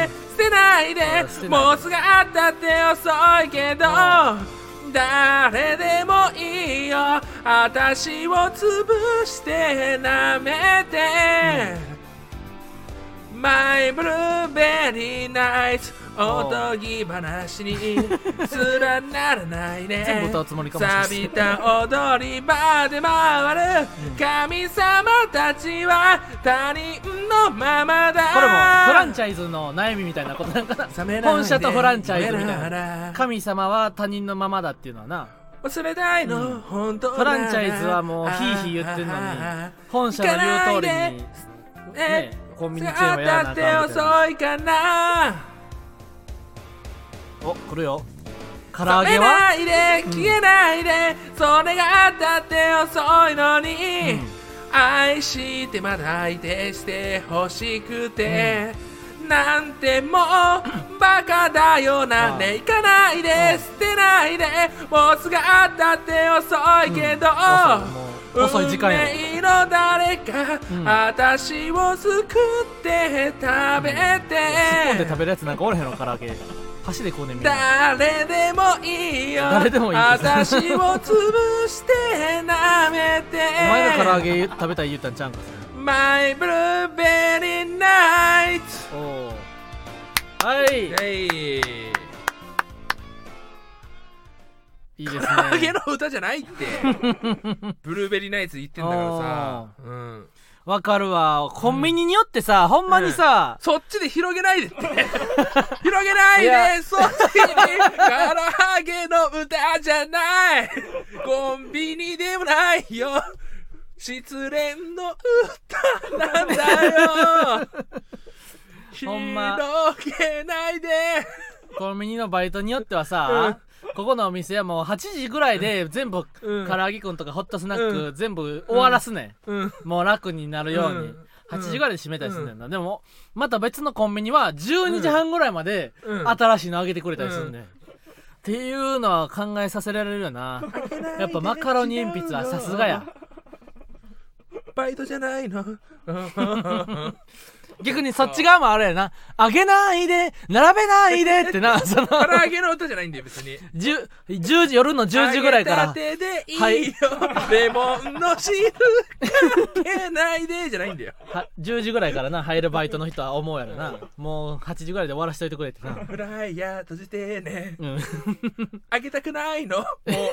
Speaker 1: てないでもうすぐあったって遅いけど誰でもいいよ私を潰して舐めて、うん、マイブルーベリーナイツおとぎ話にすらならないね
Speaker 2: 全部歌うつもりかもしれない
Speaker 1: 錆びた踊り場で回る神様たちは他人のままだ。
Speaker 2: これもフランチャイズの悩みみたいなことなんかな。本社とフランチャイズみたいな。神様は他人のままだっていうのはな
Speaker 1: 忘れたいの、うん、本当
Speaker 2: フランチャイズはもうヒーヒー言ってんのに本社の言う通りにねコンビニチェーンをやらなあかんみたいな。
Speaker 1: 遅いかな。
Speaker 2: お、来るよ。唐揚げは
Speaker 1: ないで消えないで、うん、それがあったって遅いのに、うん、愛してまだ相手して欲しくて、うん、なんてもうバカだよなね行かないで捨てないでもうすぐあったって遅いけど、
Speaker 2: うん、遅い時間や
Speaker 1: 運命の誰か、うん、私を救って食べて、
Speaker 2: うん、スプーンで食べるやつなんかおれへんの唐揚げ箸でこうねみん
Speaker 1: な誰でもいいよ
Speaker 2: 誰でもいい
Speaker 1: 私を潰して舐めて
Speaker 2: お前が唐揚げ食べたい言ったんちゃうんか
Speaker 1: マイブルーベリーナイト。
Speaker 2: おはい
Speaker 1: はいいいですね。唐揚げの歌じゃないってブルーベリーナイツ言ってんだからさ。うん
Speaker 2: わかるわ。コンビニによってさ、うん、ほんまにさ、
Speaker 1: うん、そっちで広げないでって広げないでそっちに唐揚げの歌じゃないコンビニでもないよ失恋の歌なんだよ
Speaker 2: ほんま
Speaker 1: 広げないで。
Speaker 2: コンビニのバイトによってはさ、うん、ここのお店はもうはちじぐらいで全部、うん、唐揚げくんとかホットスナック、うん、全部終わらすね、うん、もう楽になるように、うん、はちじぐらいで閉めたりするんだよな、うん、でもまた別のコンビニはじゅうにじはんぐらいまで新しいのあげてくれたりするね、うん、っていうのは考えさせられるよな。やっぱマカロニ鉛筆はさすがや。
Speaker 1: バイトじゃないの
Speaker 2: 逆にそっち側もあれやな、あげないで並べないでってなその
Speaker 1: 唐揚げの歌じゃないんだよ別に。
Speaker 2: じゅうじ夜のじゅうじぐらいから
Speaker 1: 揚げたてでいいよ、はい、レモンの汁かけないでじゃないんだよ
Speaker 2: はじゅうじぐらいからな入るバイトの人は思うやろなもうはちじぐらいで終わらしといてくれってな。
Speaker 1: フライヤー閉じてね、うん、あげたくないのもう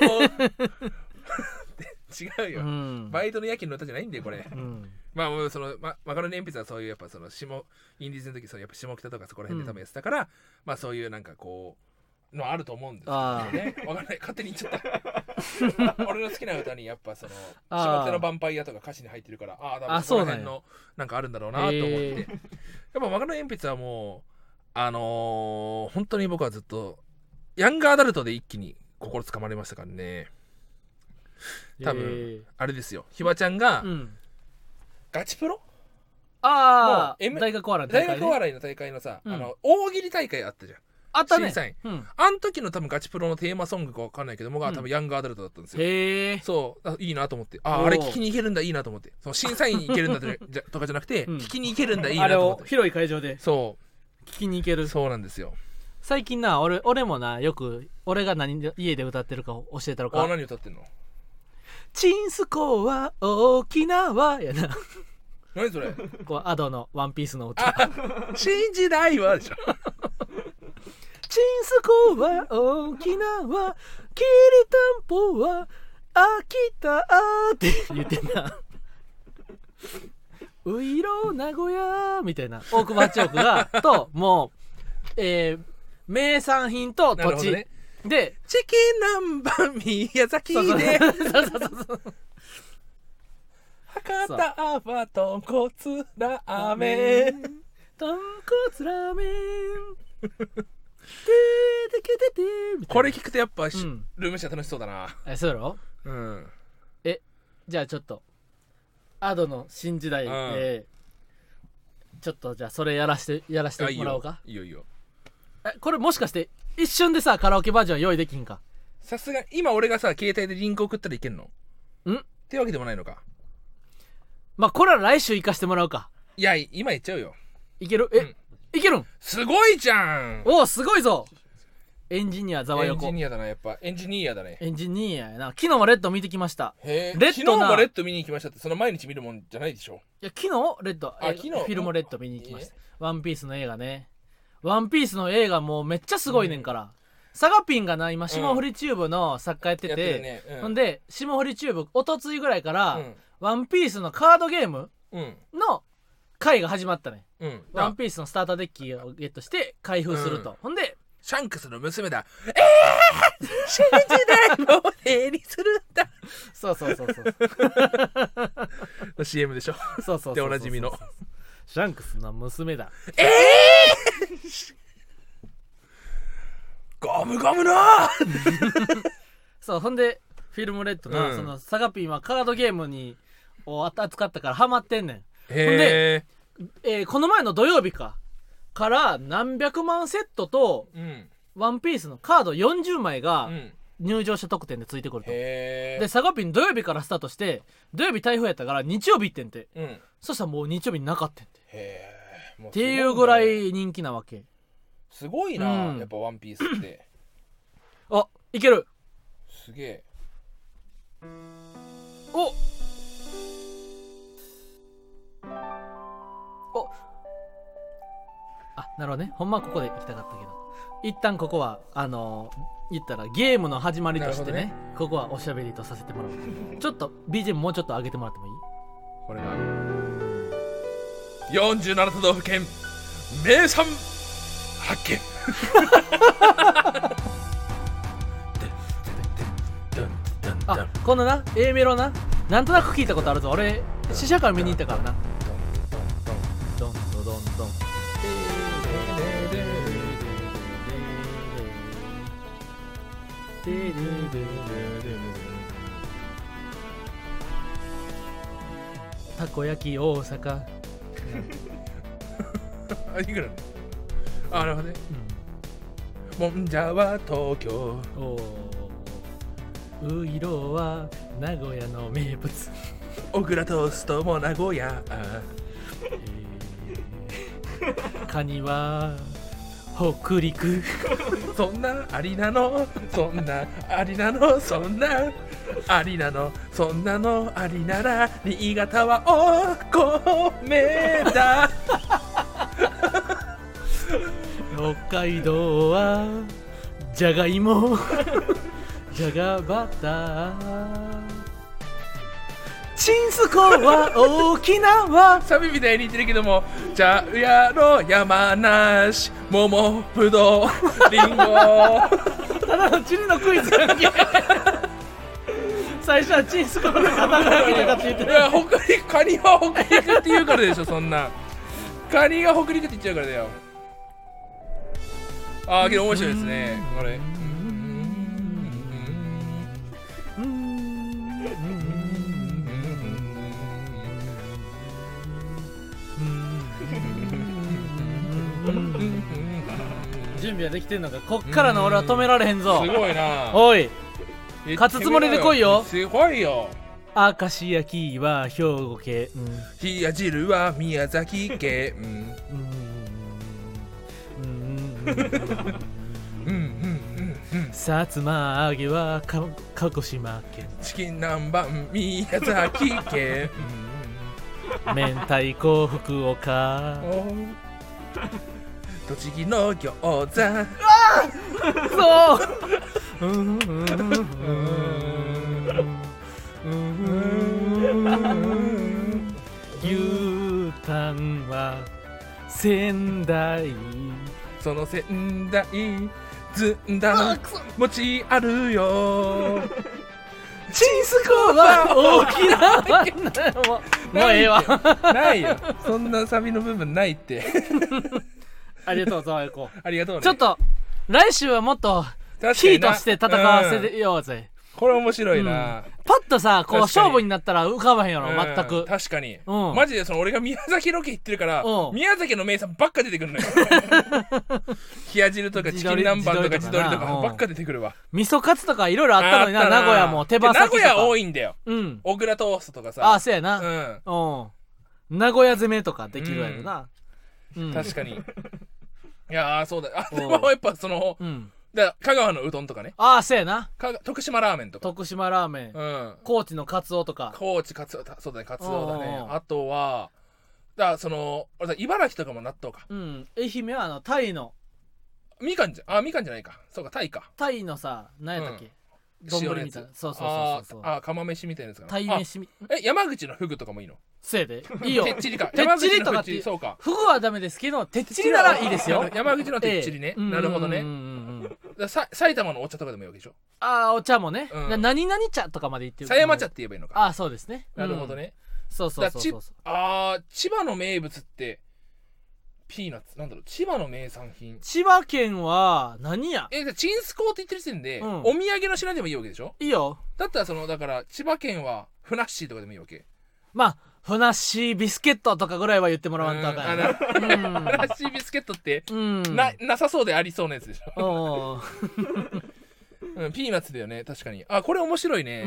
Speaker 1: 違うよ、うん、バイトの夜勤の歌じゃないんだよこれ、うん、まあもうその、ま、マカロニ鉛筆はそういうやっぱその下インディーズの時そのやっぱ下北とかそこら辺で多分やってたから、うん、まあそういうなんかこうのあると思うんですけどね。わかんない勝手に言っちゃった俺の好きな歌にやっぱその下北のヴァンパイアとか歌詞に入ってるからああ多分そこら辺のなんかあるんだろうなと思って、やっぱマカロニ鉛筆はもうあのー、本当に僕はずっとヤングアダルトで一気に心つかまれましたからね。多分あれですよ、ひばちゃんが、うん、ガチプロ
Speaker 2: ああ、M、大学お笑いの大
Speaker 1: 会、ね、大学お笑いの大会のさ、うん、あの大喜利大会あったじゃん。
Speaker 2: あったね。
Speaker 1: 審査員、うん、あん時の多分ガチプロのテーマソングか分かんないけどもが、うん、多分ヤングアダルトだったんですよ。
Speaker 2: へえ。
Speaker 1: そういいなと思って、ああれ聞きに行けるんだいいなと思って、その審査員に行けるんだとかじゃなくて、うん、聞きに行けるんだいいなと思って、
Speaker 2: あれを広い会場で
Speaker 1: そう
Speaker 2: 聞きに行ける。
Speaker 1: そうなんですよ。
Speaker 2: 最近な 俺, 俺もなよく俺が何で家で歌ってるか教えたのか。
Speaker 1: あ何歌ってんの。
Speaker 2: チンスコは沖縄やな。
Speaker 1: 何それ。
Speaker 2: こうアドのワンピースの歌。
Speaker 1: 信じないわでしょ。
Speaker 2: チンスコは沖縄、きりたんぽは秋田って言ってんな。ういろ名古屋みたいな大久保八億がともう、えー、名産品と土地、ね、で
Speaker 1: チキン南蛮宮崎で博多は豚骨ラーメン
Speaker 2: 豚骨ラーメン
Speaker 1: これ聞くとやっぱ、うん、ルームシェア楽しそうだな。
Speaker 2: えそうやろ。
Speaker 1: うん
Speaker 2: えじゃあちょっとアドの新時代で、うん、ちょっとじゃあそれやらしてやらしてもらおうか。
Speaker 1: いいよいいよ。
Speaker 2: えこれもしかして一瞬でさカラオケバージョン用意できんか。
Speaker 1: さすが今俺がさ携帯でリンク送ったらいけんの
Speaker 2: ん
Speaker 1: ってわけでもないのか。
Speaker 2: まあこれは来週行かしてもらうか。
Speaker 1: いや今言っちゃうよ。
Speaker 2: いける。え、うん、 いけるん
Speaker 1: すごいじゃん。
Speaker 2: おおすごいぞ。エンジニアざわよこ。
Speaker 1: エンジニアだな、やっぱエンジニアだね。
Speaker 2: エンジニアやな。昨日もレッド見てきました。
Speaker 1: へえ。
Speaker 2: レッドな
Speaker 1: 昨日もレッド見に行きましたって、その毎日見るもんじゃないでしょ。
Speaker 2: いや昨日レッド、
Speaker 1: あ昨日
Speaker 2: フィルムレッド見に行きました。ワンピースの映画ね。ワンピースの映画もうめっちゃすごいねんから、うん、サガピンがな今霜降りチューブの作家やってて、うんやってねうん、ほんで霜降りチューブおとついぐらいから、うん、ワンピースのカードゲームの回が始まったね、うん、ワンピースのスターターデッキをゲットして開封すると、うん、ほんで
Speaker 1: シャンクスの娘だ。えー信じないの絵にするんだ。
Speaker 2: そうそうそうそう
Speaker 1: シーエム でしょ。
Speaker 2: そうそうそう
Speaker 1: でおなじみの
Speaker 2: シャンクスの娘だ。
Speaker 1: えーゴムゴムの
Speaker 2: そうほんでフィルムレッドな、うん、そのサガピンはカードゲームにを扱ったからハマってんねん。ほんで、えー、この前の土曜日かから何百万セットと、うん、ワンピースのカードよんじゅうまいが入場者特典でついてくると。でサガピン土曜日からスタートして土曜日台風やったから日曜日行ってんて、うん、そしたらもう日曜日になかったんて。へーっていうぐらい人気なわけ。
Speaker 1: すごいな、うん、やっぱワンピースって
Speaker 2: あいける。
Speaker 1: すげえ。
Speaker 2: おおあなるほどね。ほんまはここで行きたかったけど一旦ここはあのー、言ったらゲームの始まりとして ね, ねここはおしゃべりとさせてもらう。ちょっと ビージーエム もうちょっと上げてもらってもいい？
Speaker 1: これがよんじゅうなな都道府県名産発見
Speaker 2: あこのな A メロななんとなく聞いたことあるぞ。俺試写会見に行ったからな。ドンドドンドンたこ焼き大阪
Speaker 1: あいくらあなるほどね、うん、もんじゃは東京
Speaker 2: ういろは名古屋の名物
Speaker 1: 小倉トーストも名古屋、
Speaker 2: えー、カニは北陸
Speaker 1: そんなありなのそんなありなのそんなありなのそんなのありなら新潟はお米だ
Speaker 2: 北海道はじゃがいもじゃがバターチンスコは沖縄
Speaker 1: サビみたいに言ってるけども茶屋の山梨桃ぶどうリンゴ
Speaker 2: ただの地理のクイズやんけ最初はチンスコの方がだけかって言ってる。いや
Speaker 1: 北陸カニは北陸って言うからでしょ。そんなカニが北陸って言っちゃうからだよ。ああけど面白いですねこれ。
Speaker 2: 準備はできてんのか。こっからの俺は止められへんぞ。
Speaker 1: すごいな。
Speaker 2: おい勝つつもりで来いよ。
Speaker 1: すごいよ。
Speaker 2: 明石焼きは兵庫県、
Speaker 1: 冷や汁は宮崎県、
Speaker 2: さつま揚げはか鹿児島県、
Speaker 1: チキン南蛮宮崎県、
Speaker 2: 明太子福岡、
Speaker 1: 栃木の餃子。あ
Speaker 2: あそう牛タンは仙台、
Speaker 1: その仙台ずんだ持ちあるよ。
Speaker 2: チンスコは沖縄もうもうええわ。
Speaker 1: ないよそんなサビの部分ないって
Speaker 2: ありがとうざわよこ。
Speaker 1: ありがとうね。
Speaker 2: ちょっと来週はもっとヒートして戦わせようぜ、
Speaker 1: うん、これ面白いな、うん、
Speaker 2: パッとさこう勝負になったら浮かばへんやろ、うん、全く。
Speaker 1: 確かに、うん、マジでその俺が宮崎ロケ行ってるから、うん、宮崎の名産ばっか出てくるのよ冷や汁とかチキン南蛮とか地鶏とかばっか出てくるわ。
Speaker 2: 味噌カツとかいろいろあったのにな。名古屋も手羽先とか。
Speaker 1: 名古屋多いんだよ、うん、小倉トーストとかさ。
Speaker 2: あそうやな、うん、うん、名古屋攻めとかできるやろな、うんうん、
Speaker 1: 確かにいやーそうだあでもやっぱその、うん、だ香川のうどんとかね
Speaker 2: ああそうやな
Speaker 1: 徳島ラーメンとか
Speaker 2: 徳島ラーメン、うん、高知のカツオとか
Speaker 1: 高知カツオそうだねカツオだねあとはだその茨城とかも納豆か
Speaker 2: うん愛媛はあのタイの
Speaker 1: みかんじゃあみかんじゃないかそうかタイか
Speaker 2: タイのさ何やったっけ、うん丼みたいなそうそうそうそう
Speaker 1: ああ釜飯みたいなやつかな
Speaker 2: 鯛飯み
Speaker 1: え山口のフグとかもいいの
Speaker 2: せいでいいよ
Speaker 1: てっちりか
Speaker 2: てっちりとかってそうかフグはダメですけどてっちりならいいですよ
Speaker 1: 山口のてっちりね、ええ、なるほどね埼玉のお茶とかでもいいわけでしょあ
Speaker 2: あお茶もね、うん、何々茶とかまで言ってる
Speaker 1: 狭山茶って言えばいいのか
Speaker 2: ああそうですね
Speaker 1: なるほどね、
Speaker 2: うん、そうそうそうそう
Speaker 1: ああ千葉の名物ってピーナッツなんだろう千葉の名産品
Speaker 2: 千葉県は何や
Speaker 1: えチンスコーって言ってる時点で、うん、お土産の品でもいいわけでしょ
Speaker 2: いいよ
Speaker 1: だったらそのだから千葉県はフナッシーとかでもいいわけ
Speaker 2: まあフナッシービスケットとかぐらいは言ってもらわんとあかんや、うん、フ
Speaker 1: ナッシービスケットって、うん、な, なさそうでありそうなやつでしょ、うん、ピーナッツだよね確かにあこれ面白いねうん、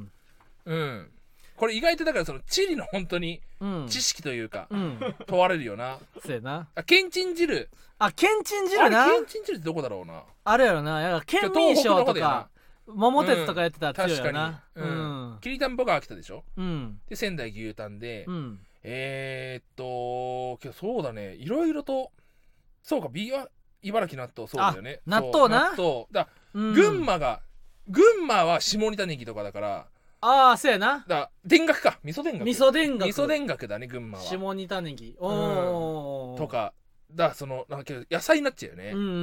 Speaker 1: うんこれ意外とだからその地理の本当に知識というか、うん、問われるよな。
Speaker 2: そうやな。
Speaker 1: あ、けんちん汁。
Speaker 2: あ、けんちん汁な。
Speaker 1: けんちん汁ってどこだろうな。
Speaker 2: あれやろな。や県民賞とか桃鉄とかやってたら強いよな。
Speaker 1: うん、確かに。うん。きりたんぽが秋田でしょ。うん。で仙台牛タンで、うん、えー、っと今日そうだね。いろいろとそうか B は茨城納豆そうだよね。
Speaker 2: 納豆な。
Speaker 1: 納豆だ。うん、群馬が群馬は下仁田ネギとかだから。
Speaker 2: ああそうやな
Speaker 1: だ田楽か味噌田楽
Speaker 2: 味噌田楽
Speaker 1: 味噌田楽だね群馬は
Speaker 2: 下仁田ネギおお、
Speaker 1: うん、とかだそのなんか野菜になっちゃうよね、うんうんうん、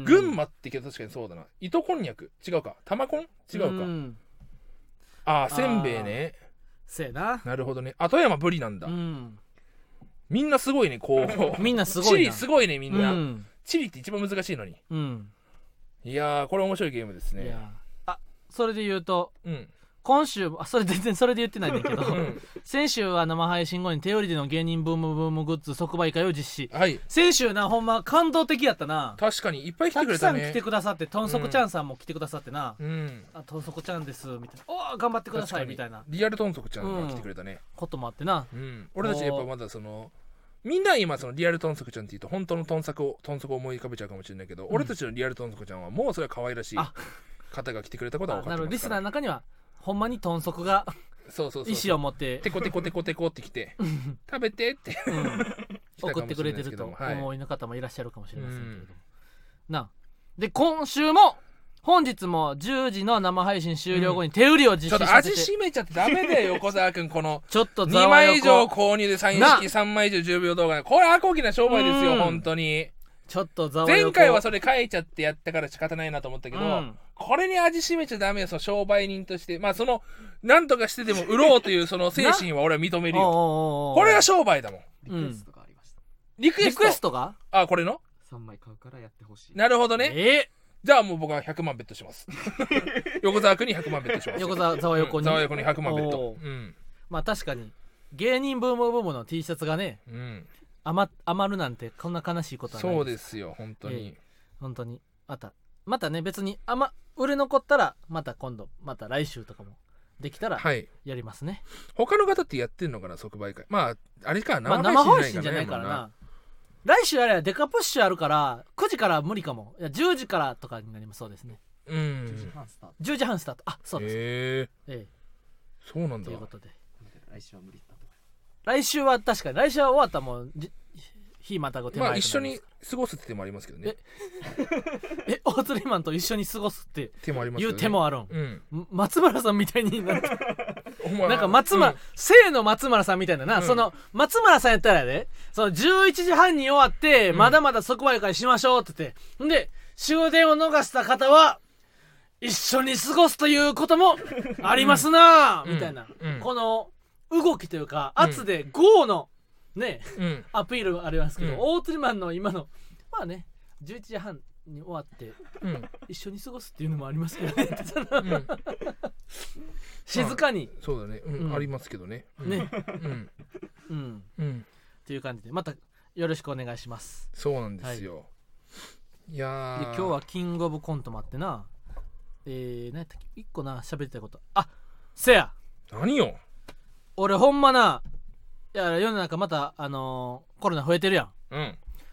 Speaker 1: 群馬ってけど確かにそうだな糸こんにゃく違うか玉こん違うか、うん、ああせんべいね
Speaker 2: せやな
Speaker 1: なるほどね後山ぶりなんだ、うん、みんなすごいねこう
Speaker 2: みんなすごいな
Speaker 1: チリすごいねみんな、うん、チリって一番難しいのに、うん、いやーこれ面白いゲームですねいや
Speaker 2: あそれで言うとうん今週あそれ全然それで言ってないんだけど、うん、先週は生配信後に手売りでの芸人ブームブームグッズ即売会を実施、はい、先週なほんま感動的やったな
Speaker 1: 確かにいっぱい来てくれたね
Speaker 2: たくさん来てくださってとんそこちゃんさんも来てくださってな、うん、あとんそこちゃんですみたいなお頑張ってくださいみたいな
Speaker 1: リアルとんそこちゃんが来てくれたね、うん、
Speaker 2: こともあってな、
Speaker 1: うん、俺たちやっぱまだそのみんな今そのリアルトンソクちゃんって言うと本当のトンサコをトンソコを思い浮かべちゃうかもしれないけど、うん、俺たちのリアルトンソクちゃんはもうそれは可愛らしい方が来てくれたことは分かってますから
Speaker 2: リスナーの中にはほんまに豚足が
Speaker 1: そうそうそう
Speaker 2: 意思を持って
Speaker 1: テコテコテコテコってきて食べてって、うん、
Speaker 2: 送ってくれてると思いの方もいらっしゃるかもしれませんけれども、はい、なで今週も本日もじゅうじの生配信終了後に手売りを実施させて、
Speaker 1: うん、ちょっと味しめちゃってダメだよ横澤君この
Speaker 2: ちょっと
Speaker 1: にまい以上購入でサイン式さんまい以上じゅうびょう動画これは大きな商売ですよ本当に
Speaker 2: ちょっとざわよ
Speaker 1: 前回はそれ書いちゃってやったから仕方ないなと思ったけど、うん、これに味しめちゃダメよその商売人としてまあその何とかしてでも売ろうというその精神は俺は認めるよこれが商売だもん
Speaker 3: リクエストがありました、
Speaker 1: うん、リクエスト
Speaker 2: リクエストが
Speaker 1: あこれの
Speaker 3: さんまい買うからやってほしい
Speaker 1: なるほどね
Speaker 2: えー
Speaker 1: じゃあもう僕はひゃくまんベットします横澤君にひゃくまんベットします
Speaker 2: 横澤ざわ横に、
Speaker 1: ざわ横にひゃくまんベット、うん、
Speaker 2: まあ確かに芸人ブームブームの T シャツがね、うん、余, 余るなんてこんな悲しいことはない
Speaker 1: そうですよ本当に、
Speaker 2: えー、本当にまたまたね別にあま売れ残ったらまた今度また来週とかもできたらやりますね、はい、
Speaker 1: 他の方ってやってんのかな即売会まああれか
Speaker 2: 生配信じゃないからな来週あれはデカプッシュあるからくじから無理かもいやじゅうじからとかになりますそうですねうんじゅうじはんスタートじゅうじはんスタートあそうですへ
Speaker 1: えええそうなんだ
Speaker 2: ということで
Speaker 3: 来週は無理だと
Speaker 2: 来週は確かに来週は終わったらもう日またご手前
Speaker 1: まあ一緒に過ごすって手もありますけどね
Speaker 2: ええ大釣りマンと一緒に過ごすって
Speaker 1: 手もあります
Speaker 2: いう手もあるん、うん、松村さんみたいになってなんか松村、うん、生の松村さんみたいなな、うん、その松村さんやったらねそのじゅういちじはんに終わって、うん、まだまだ即売会しましょうって言ってで終電を逃した方は一緒に過ごすということもありますな、うん、みたいな、うん、この動きというか圧で ゴー のね、うん、アピールありますけど、うん、大釣りマンの今のまあねじゅういちじはんに終わって、うん、一緒に過ごすっていうのもありますけどね、うん、静かに、
Speaker 1: まあ、そうだね、うんうん、ありますけどね
Speaker 2: ねうんうん、うん、っていう感じでまたよろしくお願いします
Speaker 1: そうなんですよ、はい、いやー
Speaker 2: で今日はキングオブコントもあってなえー、何やったっけいっこな喋りたいことあせや
Speaker 1: 何よ
Speaker 2: 俺ほんまないや世の中またあのー、コロナ増えてるやん、うん、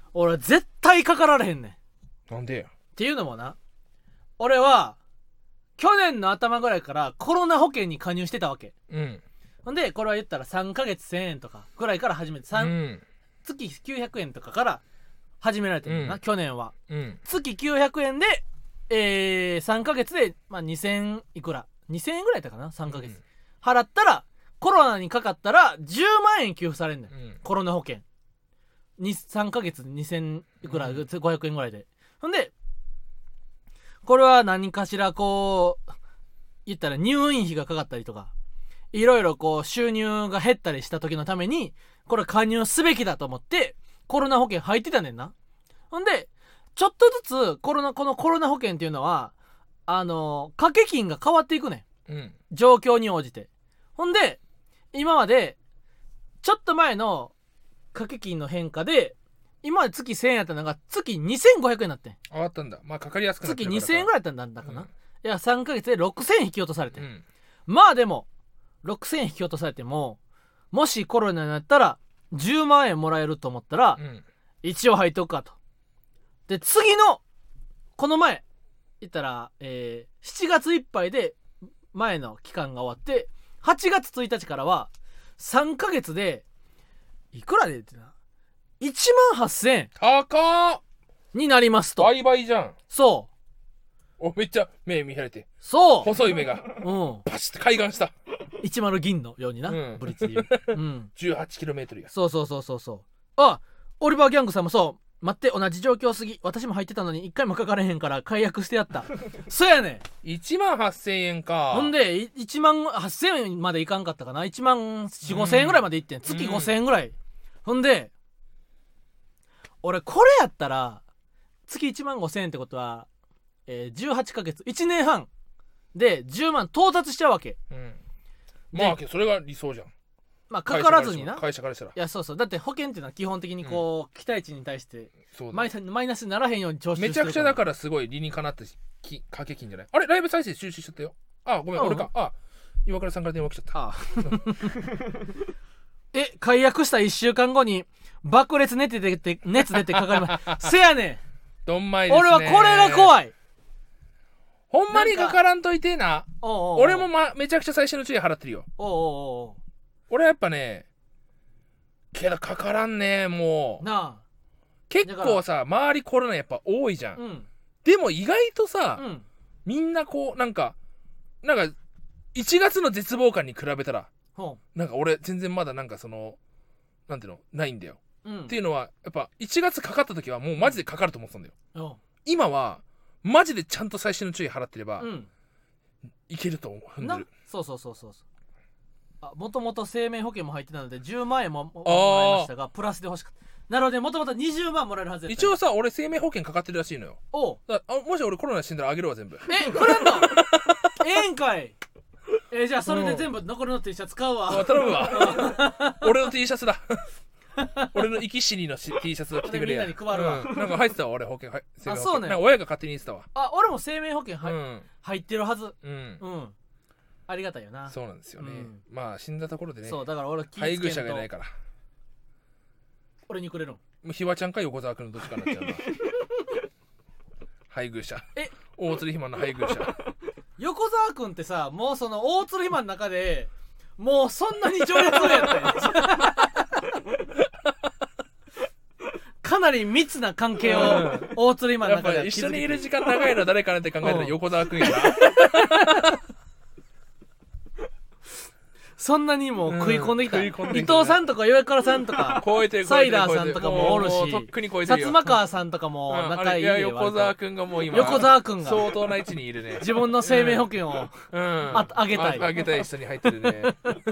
Speaker 2: 俺は絶対かかられへんねん。
Speaker 1: なんでや。
Speaker 2: っていうのもな、俺は去年の頭ぐらいからコロナ保険に加入してたわけ。
Speaker 1: うん
Speaker 2: ほんでこれは言ったらさんかげつせんえんとかぐらいから始めて、
Speaker 1: うん、
Speaker 2: 月きゅうひゃくえんとかから始められてるんだな、うん、去年は、
Speaker 1: うん、
Speaker 2: 月きゅうひゃくえんで、えー、さんかげつで、まあ、にせんいくらにせんえんぐらいだったかな、さんかげつ、うん、払ったらコロナにかかったらじゅうまんえん給付されんねん、うん、コロナ保険にさんかげつにせんいくら、うん、ごひゃくえんぐらいで。ほんでこれは何かしらこう言ったら入院費がかかったりとかいろいろこう収入が減ったりした時のためにこれ加入すべきだと思ってコロナ保険入ってたねんな。ほんでちょっとずつコロナこのコロナ保険っていうのはあの掛け金が変わっていくねん、うん、状況に応じて。ほんで今までちょっと前の掛け金の変化で今まで月せんえんやったのが月にせんごひゃくえんになってん。
Speaker 1: 上がったんだ。まあかかりやすくなってる
Speaker 2: からか月にせんえんぐらいだったんだかな、うん、いやさんかげつでろくせんえん引き落とされて、うん、まあでもろくせんえん引き落とされてももしコロナになったらじゅうまんえんもらえると思ったら、うん、一応入っとくかと。で次のこの前言ったら、えー、しちがついっぱいで前の期間が終わってはちがつついたちからはさんかげつでいくらでってないちまんはっせんえん
Speaker 1: 高っ
Speaker 2: になりますと。
Speaker 1: 倍々じゃん。
Speaker 2: そう
Speaker 1: おめっちゃ目見開いて
Speaker 2: そう
Speaker 1: 細い目が、
Speaker 2: うん、
Speaker 1: パシッて開眼した。
Speaker 2: いちまる銀のようにな、うん、ブリッツで言う、うん、
Speaker 1: じゅうはちキロメートル や。
Speaker 2: そうそうそうそうそう。あオリバーギャングさんもそう待って同じ状況すぎ私も入ってたのにいっかいもかかれへんから解約してやったそうやね
Speaker 1: ん。いちまんはっせんえんか。
Speaker 2: ほんでいちまんはっせんえんまでいかんかったかな。いちまんよん、ごせんえんぐらいまでいってん、月ごせんえんぐらい、うん、ほんで俺これやったら月いちまんごせんえんってことは、えー、じゅうはちかげついちねんはんでじゅうまん到達しちゃうわけ、うん、
Speaker 1: まあそれが理想じゃん。
Speaker 2: まあかからずにな
Speaker 1: 会社からしたら。
Speaker 2: いやそうそうだって保険っていうのは基本的にこう、うん、期待値に対してマイ、マイナスにならへんように徴収してるから。
Speaker 1: めちゃくちゃだからすごい理にかなって掛け金じゃない。あれライブ再生中止しちゃったよ。あごめん、うん、俺か。あ岩倉さんから電話来ちゃった。あ
Speaker 2: え解約したいっしゅうかんごに爆裂熱出て熱出てかかりますせやねん
Speaker 1: どんまいですね。
Speaker 2: 俺はこれが怖い。
Speaker 1: ほんまにかからんといてな。おうおうおう俺も、ま、めちゃくちゃ最初の注意払ってるよ。
Speaker 2: おうおうおう
Speaker 1: 俺やっぱねけどかからんね。もうなあ結構さ周りコロナやっぱ多いじゃん、うん、でも意外とさ、うん、みんなこうなんかなんかいちがつの絶望感に比べたらなんか俺全然まだなんかそのなんていうのないんだよ、うん、っていうのはやっぱいちがつかかった時はもうマジでかかると思ってたんだよ、うん、今はマジでちゃんと最新の注意払ってれば、うん、いけると思うんでる。
Speaker 2: そうそうそうそうもともと生命保険も入ってたのでじゅうまんえんももらいましたがプラスで欲しかった。なのでもともとにじゅうまんもらえるはずやった。
Speaker 1: 一応さ俺生命保険かかってるらしいのよ。おうだあもし俺コロナ死んだらあげるわ全部。
Speaker 2: えくれんのええんかい。えー、じゃあそれで全部残りの T シャツ買うわ。
Speaker 1: 頼むわ俺の T シャツだ俺の生き死にの T シャツを着てくれや。
Speaker 2: みんなに配るわ、
Speaker 1: うん、なんか入ってたわ俺保険。
Speaker 2: あそうね。
Speaker 1: なんか親が勝手に言ってたわ。
Speaker 2: あ俺も生命保険入、うん、入ってるはず。うん、うんありがたいよな。
Speaker 1: そうなんですよね、うん、まあ死んだところでね。
Speaker 2: そうだから俺
Speaker 1: 配偶者がいないから
Speaker 2: 俺にくれるの
Speaker 1: ひわちゃんか横澤君のどっちかになっちゃうな配偶者え大鶴ひまの配偶者
Speaker 2: 横澤君ってさもうその大鶴ひまの中でもうそんなに情熱をやったよかなり密な関係を大鶴ひまの中では
Speaker 1: 一緒にいる時間長いのは誰かなって考えたら横澤君やな
Speaker 2: そんなにも食い込んできた、うん、き伊藤さんとか岩倉さんとかサイダーさんとかもおるし薩摩川さんとかも仲いい、うん、い
Speaker 1: 横澤くんがもう今
Speaker 2: 横澤くんが
Speaker 1: 相当な位置にいるね。
Speaker 2: 自分の生命保険を、うん、あ, あげたい
Speaker 1: あ, あげたい人に入ってるね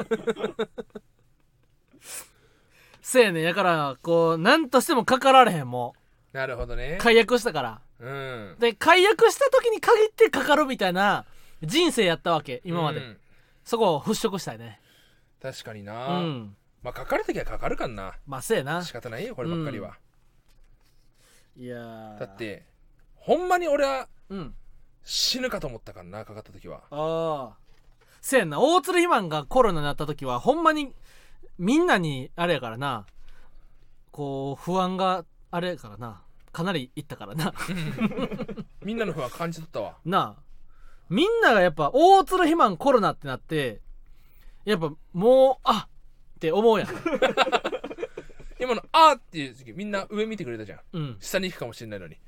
Speaker 2: せやねんやからこう何としてもかかられへん。も
Speaker 1: うなるほどね
Speaker 2: 解約したから、うん、で解約した時に限ってかかるみたいな人生やったわけ今まで、うんそこを払拭したいね。
Speaker 1: 確かにな、うん、まあかかるときはかかるかんな。
Speaker 2: まあそうやな
Speaker 1: 仕方ないよこればっかりは、
Speaker 2: うん、いや
Speaker 1: だってほんまに俺は、うん、死ぬかと思ったからなかかったときは。
Speaker 2: ああそうやんな。大鶴ひまんがコロナになったときはほんまにみんなにあれやからなこう不安があれからなかなりいったからな
Speaker 1: みんなの不安感じ取ったわ
Speaker 2: なあみんながやっぱ大鶴肥満コロナってなってやっぱもうあって思うやん
Speaker 1: 今のあーっていう時みんな上見てくれたじゃん、
Speaker 2: うん、
Speaker 1: 下に行くかもしれないのに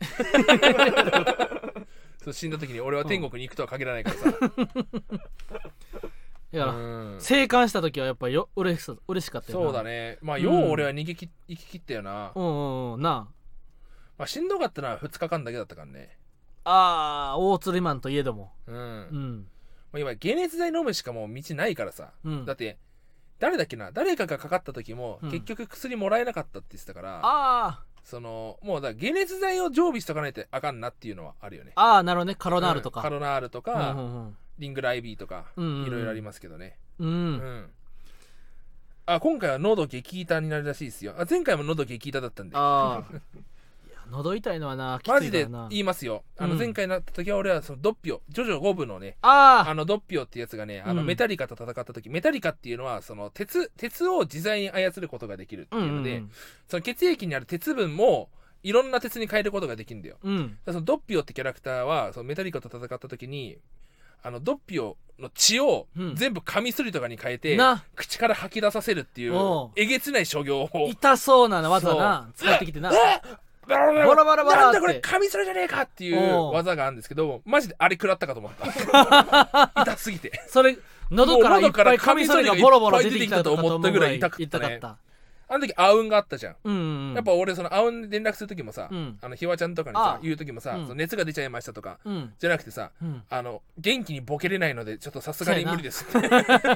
Speaker 1: そう死んだ時に俺は天国に行くとは限らないからさ、うん、
Speaker 2: だから生還した時はやっぱよ嬉しか嬉しかったよな。
Speaker 1: そうだね。まあよう俺は逃げき、生き切ったよな。
Speaker 2: うんうんうんなあ。
Speaker 1: まあしんどかったのはふつかかんだけだったからね。
Speaker 2: ああ大釣りマンといえども。
Speaker 1: うん。うん
Speaker 2: ま
Speaker 1: あ、今解熱剤飲むしかもう道ないからさ。うん、だって誰だっけな誰かがかかった時も、うん、結局薬もらえなかったって言ってたから。あ
Speaker 2: あ。
Speaker 1: そのもうだ解熱剤を常備しとかないとあかんなっていうのはあるよね。
Speaker 2: ああなるほどね。カロナールとか、
Speaker 1: うん、カロナールとか、
Speaker 2: うんうんうん、
Speaker 1: リングライビーとか、うんうんうん、いろいろありますけどね。
Speaker 2: うん、うん、
Speaker 1: あ今回は喉激痛になるらしいですよ。あ前回も喉激痛だったんで。あ
Speaker 2: いや喉痛いのはなきつい
Speaker 1: マジで言いますよ。あの前回になった時は俺はそのドッピオジョジョご部のね
Speaker 2: あ
Speaker 1: あのドッピオってやつがねあのメタリカと戦った時、うん、メタリカっていうのはその鉄鉄を自在に操ることができるっていうので、うんうん、その血液にある鉄分もいろんな鉄に変えることができるんだよ、
Speaker 2: うん、
Speaker 1: だそのドッピオってキャラクターはそのメタリカと戦った時にあのドッピオの血を全部カミソリとかに変えて、うん、口から吐き出させるっていうえげつない所業を
Speaker 2: 痛そうな技な使ってきてなバラバラバラって
Speaker 1: なんだこれカミソリじゃねえかっていう技があるんですけどマジであれ食らったかと思った痛すぎて
Speaker 2: それ喉からいっぱいカミソリがボロボロ出てきたと思ったぐらい痛かったね。
Speaker 1: あの時アウンがあったじゃん、
Speaker 2: うんうんうん、
Speaker 1: やっぱ俺そのアウンで連絡する時もさ、うん、あのひわちゃんとかにさ言う時もさ、うん、その熱が出ちゃいましたとか、うん、じゃなくてさ、うん、あの元気にボケれないのでちょっとさすがに無理ですって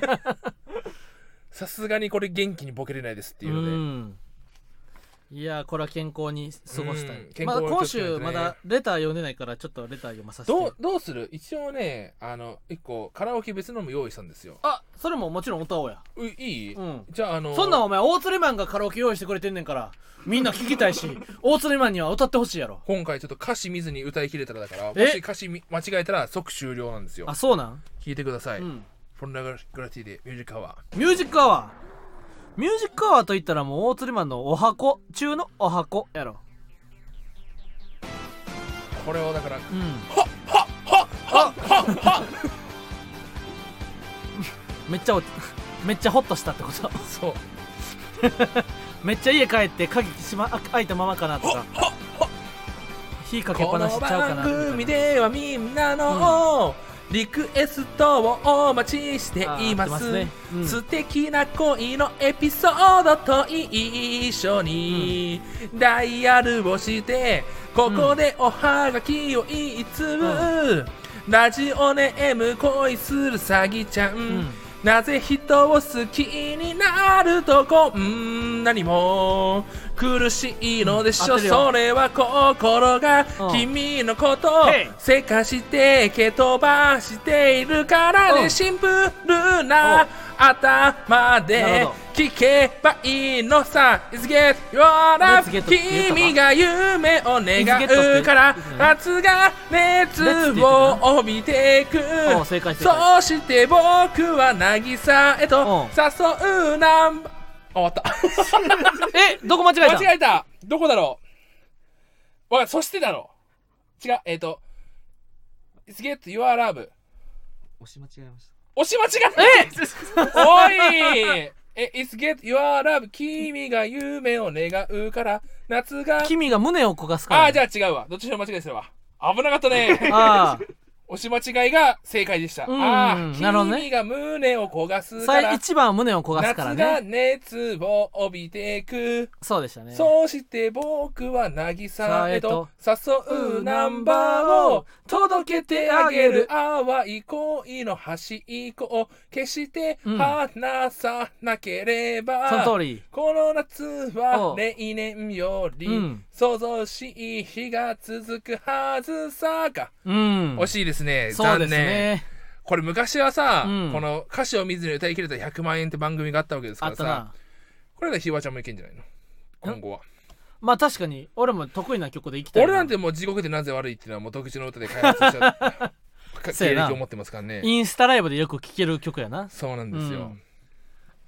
Speaker 1: さすがにこれ元気にボケれないですっていうので、うん、
Speaker 2: いやこれは健康に過ごしたい、うん、まだ今週まだレター読んでないからちょっとレター読まさせて。
Speaker 1: どうどうする一応ねあの一個カラオケ別のも用意したんですよ。
Speaker 2: あそれももちろん歌おうや。
Speaker 1: ういい、
Speaker 2: うん、
Speaker 1: じゃああの
Speaker 2: そんなんお前大釣りマンがカラオケ用意してくれてんねんからみんな聞きたいし大釣りマンには歌ってほしいやろ。
Speaker 1: 今回ちょっと歌詞見ずに歌い切れたらだからもし歌詞間違えたら即終了なんですよ。
Speaker 2: あそうなん
Speaker 1: 聞いてください、うん、フォンラグラティでミュージックアワ
Speaker 2: ーミュージックアワーミュージックアワーといったらもう大釣りマンのお箱中のお箱やろ。
Speaker 1: これをだから、うん、
Speaker 2: はっはっはっはっはっめっちゃめっちゃホッとしたってこと。
Speaker 1: そう
Speaker 2: めっちゃ家帰って鍵しま開いたままかなとか火かけっぱなしちゃうかな。
Speaker 1: この番組ではみんなの、うんリクエストをお待ちしています、ねうん、素敵な恋のエピソードと一緒に、うん、ダイヤルをしてここでおはがきを一通、うん、ラジオネーム恋するサギちゃん、うん、なぜ人を好きになるとこんなにも苦しいのでしょ、うん、それは心が君のことをせかして蹴飛ばしているからね。シンプルな頭で聞けばいいのさ。 It's get your love 君が夢を願うから夏が熱を帯びていく。そして僕は渚へと誘うナンバー終わった
Speaker 2: えどこ間違えた
Speaker 1: 間違えたどこだろうわかそしてだろう違うえっ、ー、と It's get your love
Speaker 3: 押し間違えました。
Speaker 1: 押し間違ったおいえ It's get your love 君が夢を願うから夏が
Speaker 2: 君が胸を焦がすから、ね、
Speaker 1: ああじゃあ違うわどっちの間違いですわ危なかったね
Speaker 2: ああ
Speaker 1: 押し間違いが正解でした。
Speaker 2: うん
Speaker 1: ああ、
Speaker 2: なるほどね、
Speaker 1: 君が胸を焦がすから
Speaker 2: 一番は胸を焦がすからね。
Speaker 1: 夏が熱を帯びていく。
Speaker 2: そうでしたね。
Speaker 1: そして僕は渚へと誘うナンバーを届けてあげる。淡い恋の端っこを決して離さなければ、
Speaker 2: うん、その通り。
Speaker 1: この夏は例年より想像しい日が続くはずさが、うん、惜しいですね。
Speaker 2: そうですね。
Speaker 1: これ昔はさ、うん、この歌詞を見ずに歌い切れたひゃくまんえんって番組があったわけですからさ、これでひわちゃんもいけんじゃないの今後は。
Speaker 2: まあ確かに俺も得意な曲でいきたいな。
Speaker 1: 俺なんてもう地獄でなぜ悪いっていうのはもう独自の歌で開発しちゃった経歴を持ってますからね。
Speaker 2: インスタライブでよく聴ける曲やな。
Speaker 1: そうなんですよ、うん、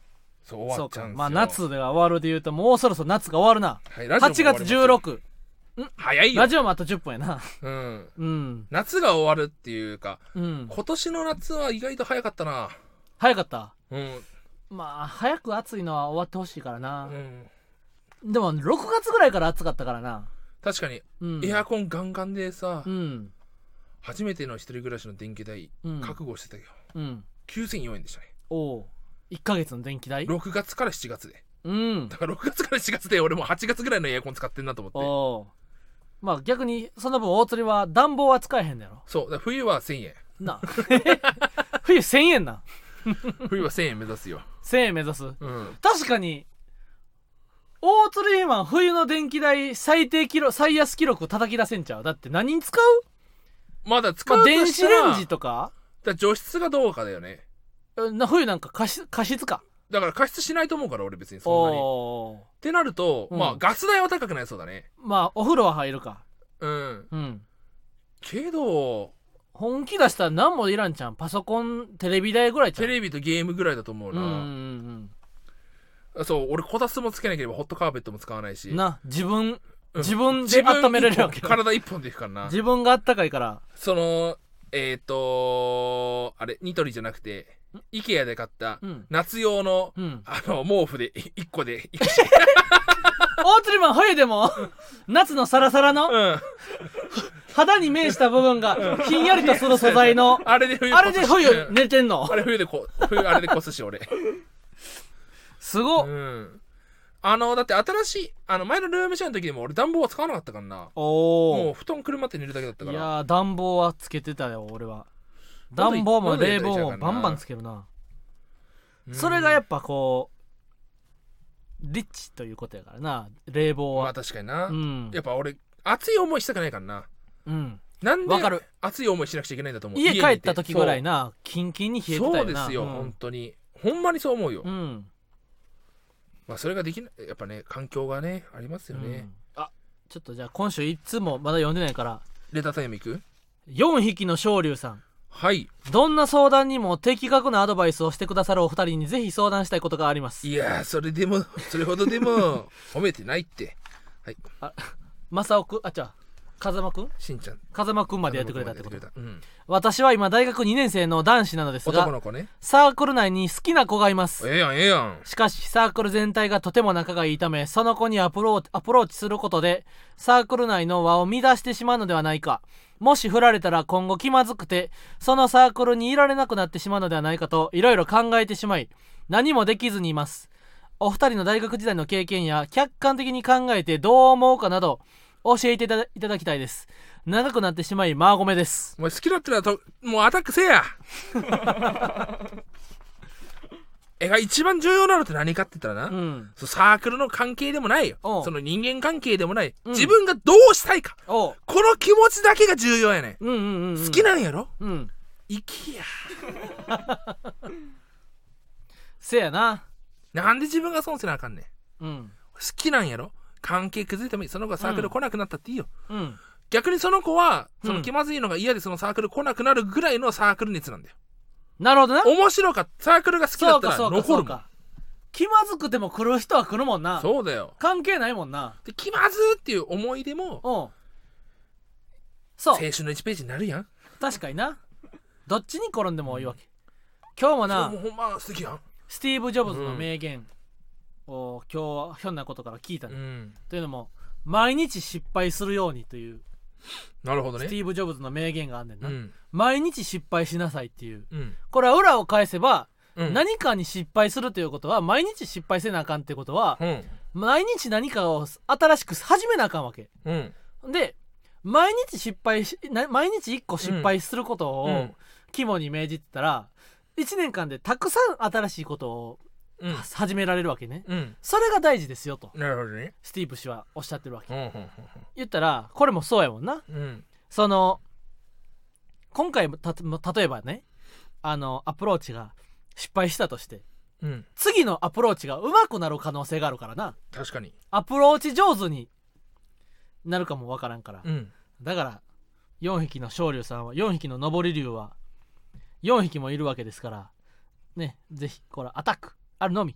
Speaker 1: そう終わっちゃうんですよ。
Speaker 2: まあ夏では終わるでいうともうそろそろ夏が終わるな、
Speaker 1: はい、ラジオも
Speaker 2: はちがつじゅうろく
Speaker 1: 早いよ。
Speaker 2: ラジオもあとじゅっぷんやな。
Speaker 1: うん、
Speaker 2: うん、
Speaker 1: 夏が終わるっていうか、
Speaker 2: うん、
Speaker 1: 今年の夏は意外と早かったな。
Speaker 2: 早かった。
Speaker 1: うん、
Speaker 2: まあ早く暑いのは終わってほしいからな、
Speaker 1: うん、
Speaker 2: でもろくがつぐらいから暑かったからな。
Speaker 1: 確かに、うん、エアコンガンガンでさ、うん、初めての一人暮らしの電気代、うん、覚悟してたけど、うん、きゅうせんよんえんでしたね。
Speaker 2: おお、いっかげつの電気代。
Speaker 1: ろくがつからしちがつで、
Speaker 2: うん、
Speaker 1: だからろくがつからしちがつで俺もうはちがつぐらいのエアコン使ってんなと思って。
Speaker 2: おまあ逆にその分大釣りは暖房は使えへんのやろ。
Speaker 1: そうだ、冬はせんえん
Speaker 2: な冬せんえんな
Speaker 1: 冬はせんえん目指すよ。
Speaker 2: せんえん目指す、うん、確かに大釣りマン冬の電気代最低記録最安記録叩き出せんちゃう。だって何に使う。
Speaker 1: まだ使うとしたら、
Speaker 2: まあ、電子レンジとか
Speaker 1: だ除湿がどうかだよね。
Speaker 2: な冬なんか加湿、加湿か。
Speaker 1: だから加湿しないと思うから俺別にそんなにってなると、うん、まあガス代は高くなりそうだね。
Speaker 2: まあお風呂は入るか。
Speaker 1: うんうんけど
Speaker 2: 本気出したら何もいらんちゃん。パソコンテレビ代ぐらいちゃう。
Speaker 1: テレビとゲームぐらいだと思うな。うんうんうん、そう俺こたつもつけなければホットカーペットも使わないしな。
Speaker 2: 自分、うん、自分で温めれるわけ。
Speaker 1: 体一本でいくからな。
Speaker 2: 自分があったかいから。
Speaker 1: そのえっ、ー、とあれニトリじゃなくてイケアで買った夏用の、うん、あの毛布でいっこでいくし
Speaker 2: 大釣りマン冬でも夏のサラサラの、うん、肌に面した部分がひんやりとする素材の
Speaker 1: あれで冬
Speaker 2: あれで冬寝てんの。
Speaker 1: あれ冬でこ冬あれでこすし俺
Speaker 2: すごっ、
Speaker 1: うん、あのだって新しいあの前のルームシェアの時でも俺暖房は使わなかったからな。
Speaker 2: お
Speaker 1: もう布団くるまって寝るだけだったから。
Speaker 2: いやー暖房はつけてたよ俺は。暖房も冷房もバンバンつけるな。それがやっぱこうリッチということやからな冷房は。
Speaker 1: まあ確かにな、うん、やっぱ俺熱い思いしたくないからな。うん、なんで熱い思いしなくちゃいけないんだと思う。
Speaker 2: 家帰った時ぐらいなキンキンに冷えてたよな。
Speaker 1: そうですよ、うん、本当にほんまにそう思うよ、うん、まあそれができないやっぱね環境がねありますよね、
Speaker 2: うん、あちょっとじゃあ今週いつもまだ読んでないから
Speaker 1: レタータイムいく。
Speaker 2: よんひきの昇竜さん。
Speaker 1: はい。
Speaker 2: どんな相談にも的確なアドバイスをしてくださるお二人にぜひ相談したいことがあります。
Speaker 1: いやーそれでもそれほどでも褒めてないって。はい。
Speaker 2: あ正雄くんあちゃ風間くん
Speaker 1: しんちゃん
Speaker 2: 風間くんまでやってくれたってこと。うん、私は今大学にねん生の男子なのですが
Speaker 1: 男の子ね。
Speaker 2: サークル内に好きな子がいます。
Speaker 1: ええやんええやん。
Speaker 2: しかしサークル全体がとても仲がいいためその子にアプローチ、アプローチすることでサークル内の輪を乱してしまうのではないか。もし振られたら今後気まずくてそのサークルにいられなくなってしまうのではないかといろいろ考えてしまい何もできずにいます。お二人の大学時代の経験や客観的に考えてどう思うかなど教えていただ、いただきたいです。長くなってしまいマーゴメです。
Speaker 1: お前好きだったらともうアタックせやえが一番重要なのって何かって言ったらな、うん、そサークルの関係でもないよ。その人間関係でもない、うん、自分がどうしたいかこの気持ちだけが重要やね、うんうんうんうん、好きなんやろ、うん、生きや
Speaker 2: せやな。
Speaker 1: なんで自分が損せなあかんねん、うん、好きなんやろ。関係崩れてもいい。その子がサークル来なくなったっていいよ、うん、逆にその子はその気まずいのが嫌でそのサークル来なくなるぐらいのサークル熱なんだよ。
Speaker 2: なるほどな。
Speaker 1: 面白かったサークルが好きだったら残るもん。
Speaker 2: 気まずくても来る人は来るもんな。
Speaker 1: そうだよ。
Speaker 2: 関係ないもんな。
Speaker 1: で気まずっていう思い出も、うん、そう青春のいちページになるやん。
Speaker 2: 確かにな。どっちに転んでもいいわけ、うん、今日もな
Speaker 1: もほんま素敵やん。
Speaker 2: スティーブ・ジョブズの名言を、うん、今日ひょんなことから聞いたね、うん、というのも毎日失敗するようにという。
Speaker 1: なるほどね。
Speaker 2: スティーブ・ジョブズの名言があんねんな、うん、毎日失敗しなさいっていう、うん、これは裏を返せば、うん、何かに失敗するということは毎日失敗せなあかんってことは、うん、毎日何かを新しく始めなあかんわけ、うん、で毎日失敗し毎日いっこ失敗することを肝に銘じてたら、いちねんかんでたくさん新しいことをうん、始められるわけね、うん、それが大事ですよと。
Speaker 1: なるほどね。
Speaker 2: スティーブ氏はおっしゃってるわけ、うんうんうんうん、言ったらこれもそうやもんな、うん、その今回た例えばねあのアプローチが失敗したとして、うん、次のアプローチが上手くなる可能性があるからな。
Speaker 1: 確かに
Speaker 2: アプローチ上手になるかもわからんから、うん、だからよんひきの昇竜さんはよんひきの上り竜はよんひきもいるわけですからね。ぜひこれアタックあるのみ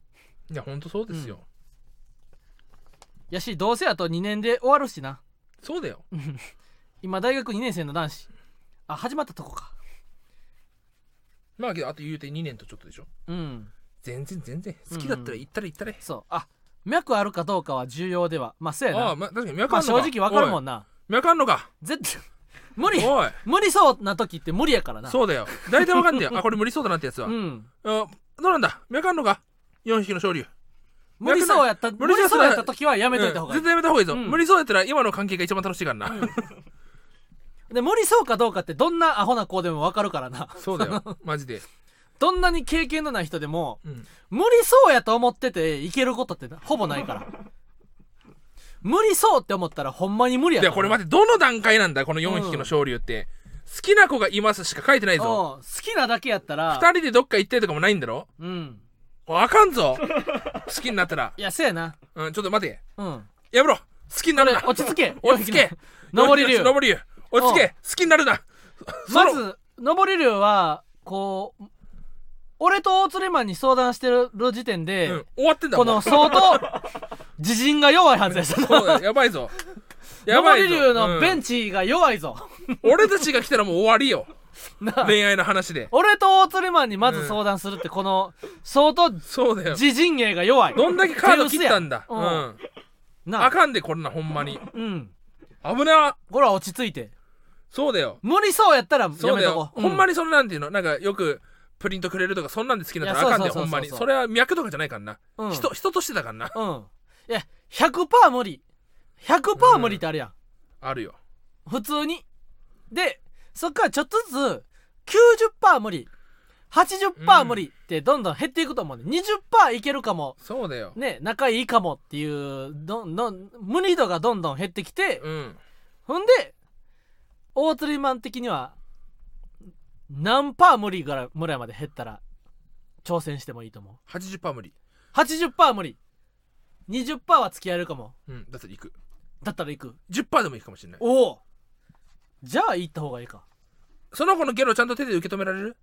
Speaker 1: いやほんとそうですよ、うん、
Speaker 2: やしどうせあとにねんで終わるしな。
Speaker 1: そうだよ
Speaker 2: 今大学にねん生の男子あ始まったとこか。
Speaker 1: まあけどあと言うてにねんとちょっとでしょ。うん全然全然好きだったら行ったら行ったら、うん、
Speaker 2: そうあ脈あるかどうかは重要ではまあそうやな。
Speaker 1: ああ、ま、確かに脈あんのか、
Speaker 2: まあ、正直わかるもんな。
Speaker 1: 脈あんのか
Speaker 2: 絶対無理無理そうな時って無理やからな。
Speaker 1: そうだよ大体わかんねえよあこれ無理そうだなってやつは、うん、あどうなんだ脈あんのかよんひきの昇竜。
Speaker 2: 無理そうやった無理そうやった時はやめといた方がいい、
Speaker 1: うん、絶対やめた方がいいぞ、うん、無理そうやったら今の関係が一番楽しいからな、うん、
Speaker 2: で無理そうかどうかってどんなアホな子でも分かるからな。
Speaker 1: そうだよマジで
Speaker 2: どんなに経験のない人でも、うん、無理そうやと思ってていけることってほぼないから無理そうって思ったらほんまに無理やから。
Speaker 1: いやこれ待ってどの段階なんだこのよんひきの昇竜って、うん、好きな子がいますしか書いてないぞ。
Speaker 2: 好きなだけやったら
Speaker 1: ふたりでどっか行ってとかもないんだろ。うんあかんぞ好きになったら。
Speaker 2: いやそうやな。
Speaker 1: うんちょっと待て、うん、やめろ好きになるな。
Speaker 2: 落ち着け
Speaker 1: 落ち着け
Speaker 2: 上り竜
Speaker 1: 上り竜落ち着け好きになるな。
Speaker 2: まず上り竜はこう俺と大釣りマンに相談してる時点で、うん、
Speaker 1: 終わってんだ
Speaker 2: この相当自陣が弱いはずです。
Speaker 1: そうだやばいぞ
Speaker 2: 上り竜のベンチが弱いぞ、
Speaker 1: うん、俺たちが来たらもう終わりよ恋愛の話で。
Speaker 2: 俺と大釣りマンにまず相談するって、この相当自陣営が弱い。
Speaker 1: どんだけカード切ったんだ、うんうん、なあかんでこんなほんまに、うん、危な。
Speaker 2: これは落ち着いて。
Speaker 1: そうだよ
Speaker 2: 無理そうやったらやめとこう。
Speaker 1: そうだよ、うん、ほんまにそのなんていうのなんかよくプリントくれるとかそんなんで好きになったらあかんでほんまに。それは脈とかじゃないからな、うん、人, 人としてだからな。うん
Speaker 2: いや ひゃくパーセント 無理 ひゃくパーセント 無理ってあるやん、うん、
Speaker 1: あるよ
Speaker 2: 普通に。でそっからちょっとずつ きゅうじゅっパーセント 無理 はちじゅっパーセント 無理ってどんどん減っていくと思うね。 にじゅっパーセント いけるかも。
Speaker 1: そうだよ
Speaker 2: ね仲いいかもっていうどんどん無理度がどんどん減ってきて、うん、ほんで大釣りマン的には何パー無理ぐらいまで減ったら挑戦してもいいと思う。
Speaker 1: はちじゅっパーセント 無理
Speaker 2: はちじゅっパーセント 無理 にじゅっパーセント は付き合えるかも。
Speaker 1: うんだったら行く
Speaker 2: だったら行く
Speaker 1: じゅっパーセント でもいいかもしれない。
Speaker 2: おおじゃあ行った方がいいか。
Speaker 1: その子のゲロちゃんと手で受け止められる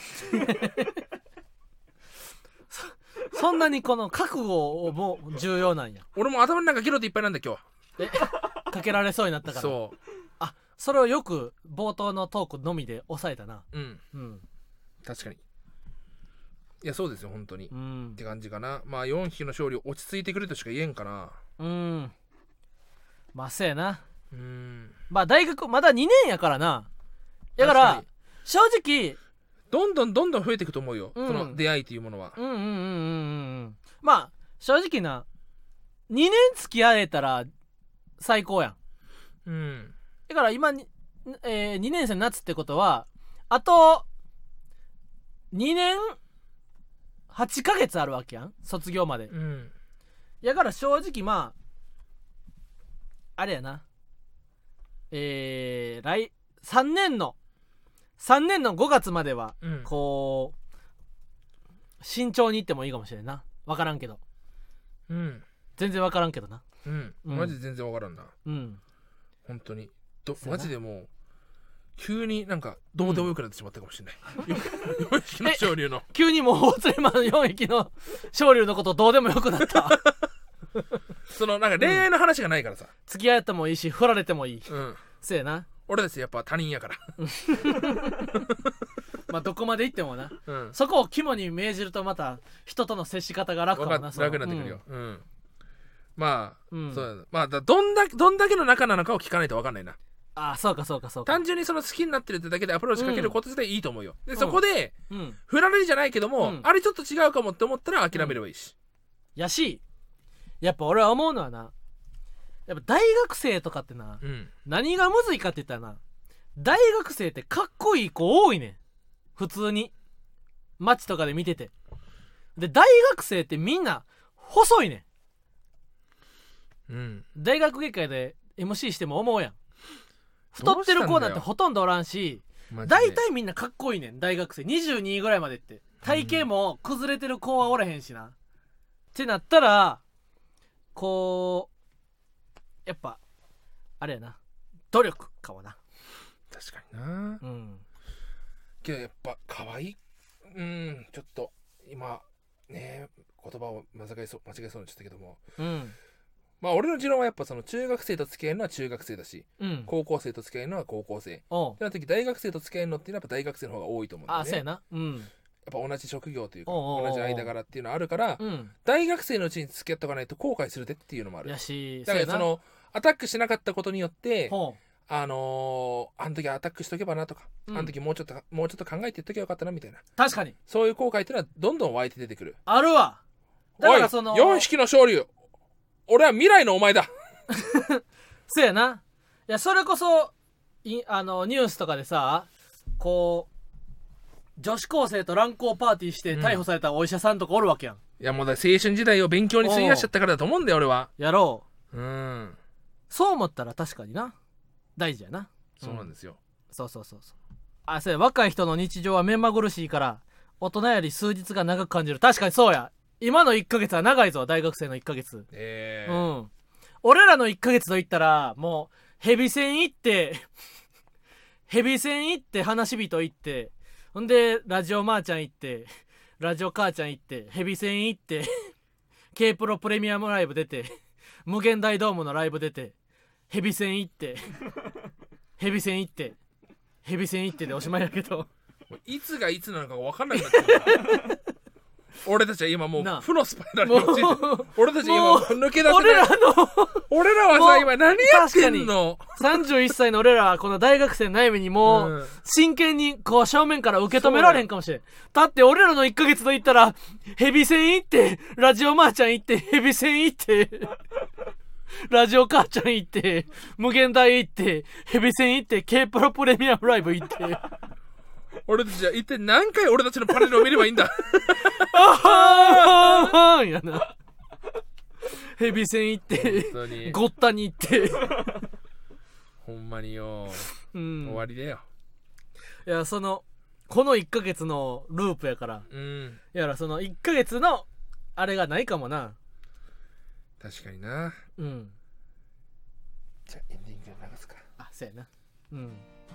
Speaker 2: そ, そんなにこの覚悟も重要なんや。
Speaker 1: 俺も頭の中ゲロでいっぱいなんだ今日。
Speaker 2: えかけられそうになったから。
Speaker 1: そう
Speaker 2: あそれをよく冒頭のトークのみで抑えたな。うん、
Speaker 1: うん、確かに。いやそうですよ本当に、うん、って感じかな。まあよんひきの勝利落ち着いてくれとしか言えんかな。
Speaker 2: うんまあそうやな。うんまあ大学まだにねんやからな。だから正直
Speaker 1: どんどんどんどん増えていくと思うよ、うん、その出会いというものは。
Speaker 2: うんうんうんうんうんまあ正直なにねん付き合えたら最高やん。うんだから今に、えー、にねん生の夏ってことはあとにねんはちかげつあるわけやん卒業まで、うん、やから正直まああれやなえー、来さんねんのさんねんのごがつまでは、うん、こう慎重にいってもいいかもしれんな。分からんけど、うん、全然分からんけどな。
Speaker 1: うん、うん、マジで全然分からんな。うん本当にどマジでもう急になんかどうでもよくなってしまったかもしれない、うん、よんひきの昇竜の
Speaker 2: 急にもう大釣りマンのよんひきの昇竜のことどうでもよくなった
Speaker 1: そのなんか恋愛の話がないからさ、うん、
Speaker 2: 付き合ってもいいし振られてもいい、うん、せやな。
Speaker 1: 俺たちやっぱ他人やから
Speaker 2: まあどこまで行ってもな、うん、そこを肝に銘じるとまた人との接し方が楽かもな。
Speaker 1: 楽になってくるよ、うんうん、まあ、うん、そうだまあだどんだどんだけの仲なのかを聞かないと分かんないな。
Speaker 2: ああそうかそうかそうか。
Speaker 1: 単純にその好きになってるってだけでアプローチかけること自体いいと思うよ、うん、でそこで、うん、振られるじゃないけども、うん、あれちょっと違うかもって思ったら諦めればいいし、
Speaker 2: うん、やしやっぱ俺は思うのはなやっぱ大学生とかってな、うん、何がむずいかって言ったらな大学生ってかっこいい子多いねん普通に街とかで見てて。で大学生ってみんな細いねん、うん、大学芸会で エムシー しても思うやん太ってる子なんてほとんどおらんし大体みんなかっこいいねん大学生にじゅうにぐらいまでって体型も崩れてる子はおらへんしな、うん、ってなったらこうやっぱあれやな努力かもな。
Speaker 1: 確かにな。うんけどやっぱ可愛いうんちょっと今ね言葉を間違えそう間違えそうになっちゃったけども、
Speaker 2: うん、
Speaker 1: まあ俺の持論はやっぱその中学生と付き合えるのは中学生だし、
Speaker 2: うん、
Speaker 1: 高校生と付き合えるのは高校生ってな時大学生と付き合えるのっていうのはやっぱ大学生の方が多いと思うんだよね。
Speaker 2: あ、そうやな、うん、
Speaker 1: やっぱ同じ職業というか
Speaker 2: おうおうおう
Speaker 1: 同じ間柄っていうのはあるから、うん、大学生のうちに付き合っておかないと後悔するでっていうのもある。
Speaker 2: やし
Speaker 1: だからそのアタックしなかったことによってあのー、あの時アタックしとけばなとか、うん、あの時もうちょっともうちょっと考えていっとけばよかったなみたいな、
Speaker 2: 確かに
Speaker 1: そういう後悔っていうのはどんどん湧いて出てくる。
Speaker 2: あるわ。だからその
Speaker 1: よんひきの勝利、俺は未来のお前だ
Speaker 2: そうやな。いやそれこそいあのニュースとかでさ、こう女子高生と乱交パーティーして逮捕されたお医者さんとかおるわけやん、うん、
Speaker 1: いやもうだ青春時代を勉強に費やしちゃったからだと思うんだよ俺は。
Speaker 2: やろ
Speaker 1: う。うん
Speaker 2: そう思ったら確かにな大事やな。
Speaker 1: そうなんですよ、
Speaker 2: うん、そうそうそうそう。あ、そうや、若い人の日常は目まぐるしいから大人より数日が長く感じる。確かにそうや。今のいっかげつは長いぞ、大学生のいっかげつ。
Speaker 1: えー、
Speaker 2: うん。俺らのいっかげつといったらもうヘビ戦行ってヘビ戦行って話し人行って、ほんでラジオマーちゃん行ってラジオ母ちゃん行ってヘビ戦行って K プロプレミアムライブ出て無限大ドームのライブ出てヘビ戦行ってヘビ戦行ってヘビ戦行ってでおしまいやけど
Speaker 1: いつがいつなのか分かんなくなってる俺たちは今もう負のスパイラルに陥って俺たち今抜け出せない。俺らの俺らはさ今何やってんの。さ
Speaker 2: んじゅういっさいの俺らはこの大学生の悩みにもう真剣にこう正面から受け止められんかもしれん。だって俺らのいっかげつと言ったらヘビ戦行ってラジオマーちゃん行ってヘビ戦行ってラジオ母ちゃん行って無限大行ってヘビ戦行って K プロプレミアムライブ行って
Speaker 1: 俺たちは一体何回俺たちのパネルを見ればいいんだ
Speaker 2: あーやな。ヘビ戦行ってゴッタに行って
Speaker 1: ほんまによ、うん、終わりだよ。
Speaker 2: いやそのこのいっかげつのループやから、うん、いやそのいっかげつのあれがないかもな。
Speaker 1: 確かにな。
Speaker 2: うん。
Speaker 1: じゃあエンディング流すか。
Speaker 2: あ、そうやな。うん。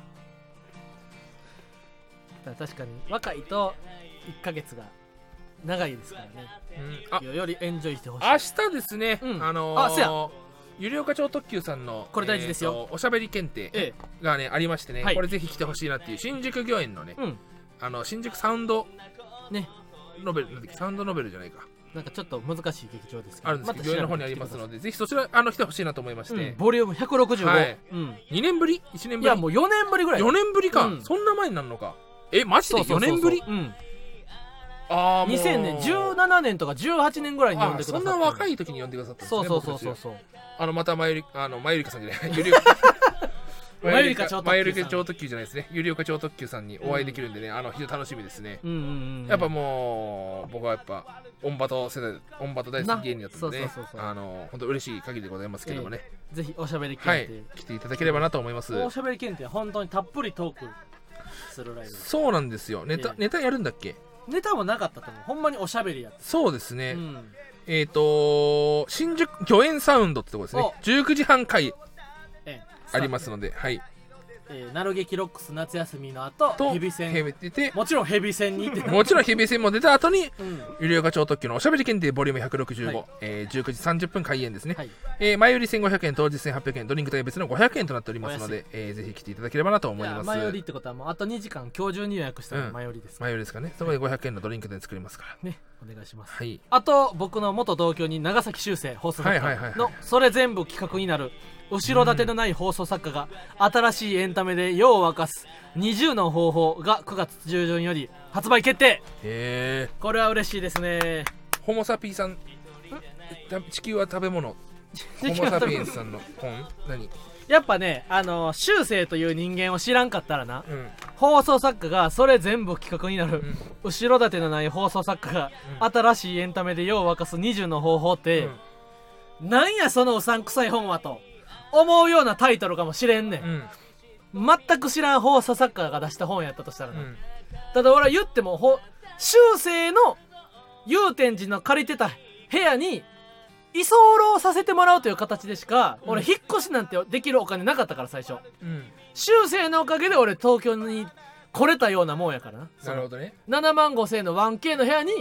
Speaker 2: 確かに若いといっかげつが長いですからね、うん、あよりエンジョイしてほしい。
Speaker 1: 明日ですね、うん、あのー、あ、そうやゆりおか超特急さんの
Speaker 2: これ大事ですよ、
Speaker 1: えー、おしゃべり検定がね、ええ、ありましてね、はい、これぜひ来てほしいなっていう新宿御苑のね、うん、あの新宿サウンドねノベルなんだっけサウンドノベルじゃないか
Speaker 2: なんかちょっと難しい劇場ですけど
Speaker 1: あるんですけど、御苑の方にありますのでぜひそちらあの来てほしいなと思いまして、うん、
Speaker 2: ボリュームひゃくろくじゅうご、はい
Speaker 1: うん、にねんぶりいちねんぶり
Speaker 2: いやもうよねんぶりぐらい
Speaker 1: よねんぶりか、うん、そんな前になるのか。えマジでよねんぶり。
Speaker 2: あにせんねんじゅうななねんとかじゅうはちねんぐらいに呼んでくださった。
Speaker 1: そんな若い時に呼んでくださったんですね。
Speaker 2: そうそうそうそう。
Speaker 1: あのまたまゆりあのまゆりかさんじゃないゆりまゆりか超特急じゃないですね。ゆりおか超特急さんにお会いできるんでね、うん、あの非常に楽しみですね、うんうんうん、やっぱもう僕はやっぱオンバト世代オンバト大好き芸人だったんでね、あの本当嬉しい限りでございますけどもね、
Speaker 2: えー、ぜひおしゃべり検定、
Speaker 1: はい、来ていただければなと思います。
Speaker 2: おしゃべり検定本当にたっぷりトークするライブ。
Speaker 1: そうなんですよ。ネタ、えー、ネタやるんだっけ。
Speaker 2: ネタもなかったと思う。ほんまにおしゃべりやった。
Speaker 1: そうですね、うん、えっ、ー、と新宿御苑サウンドってとこですね。じゅうくじはん会ありますので、はい、
Speaker 2: えー、なる劇ロックス夏休みの後ヘビ戦
Speaker 1: 出て
Speaker 2: もちろんヘビ戦に
Speaker 1: もちろんヘビ戦も出た後に、うん、ゆりおか超特急のおしゃべり検定ボリュームひゃくろくじゅうご、はい、えー、じゅうくじさんじゅっぷん開演ですね、はい、えー、前売りせんごひゃくえん当日せんはっぴゃくえんドリンク代別のごひゃくえんとなっておりますので、えー、ぜひ来ていただければなと思います。
Speaker 2: 前売りってことはもうあとにじかん今日中に予約したら前売りです、
Speaker 1: うん、前売りですかね。そこでごひゃくえんのドリンク代作りますから
Speaker 2: ね、お願いします、
Speaker 1: はい、
Speaker 2: あと僕の元同居に長崎修正放送作家のそれ全部企画になる後ろ盾のない放送作家が新しいエンタメで世を沸かすにじゅうの方法がくがつ中旬より発売決定。
Speaker 1: へー、
Speaker 2: これは嬉しいですね。
Speaker 1: ホモサピーさん地球は食べ物ホモサピエンスさんの本何
Speaker 2: やっぱね、あの修正という人間を知らんかったらな、うん、放送作家がそれ全部企画になる、うん、後ろ盾のない放送作家が、うん、新しいエンタメで世を沸かすにじゅうの方法って、うん、なんやそのうさんくさい本はと思うようなタイトルかもしれんねん、うん、全く知らん放送作家が出した本やったとしたらな、うん、ただ俺は言ってもほ修正の祐天寺の借りてた部屋に居候させてもらうという形でしか、うん、俺引っ越しなんてできるお金なかったから最初、うん、修正のおかげで俺東京に来れたようなもんやからな。
Speaker 1: なるほどね。
Speaker 2: ななまんごせんえんの ワンケー の部屋に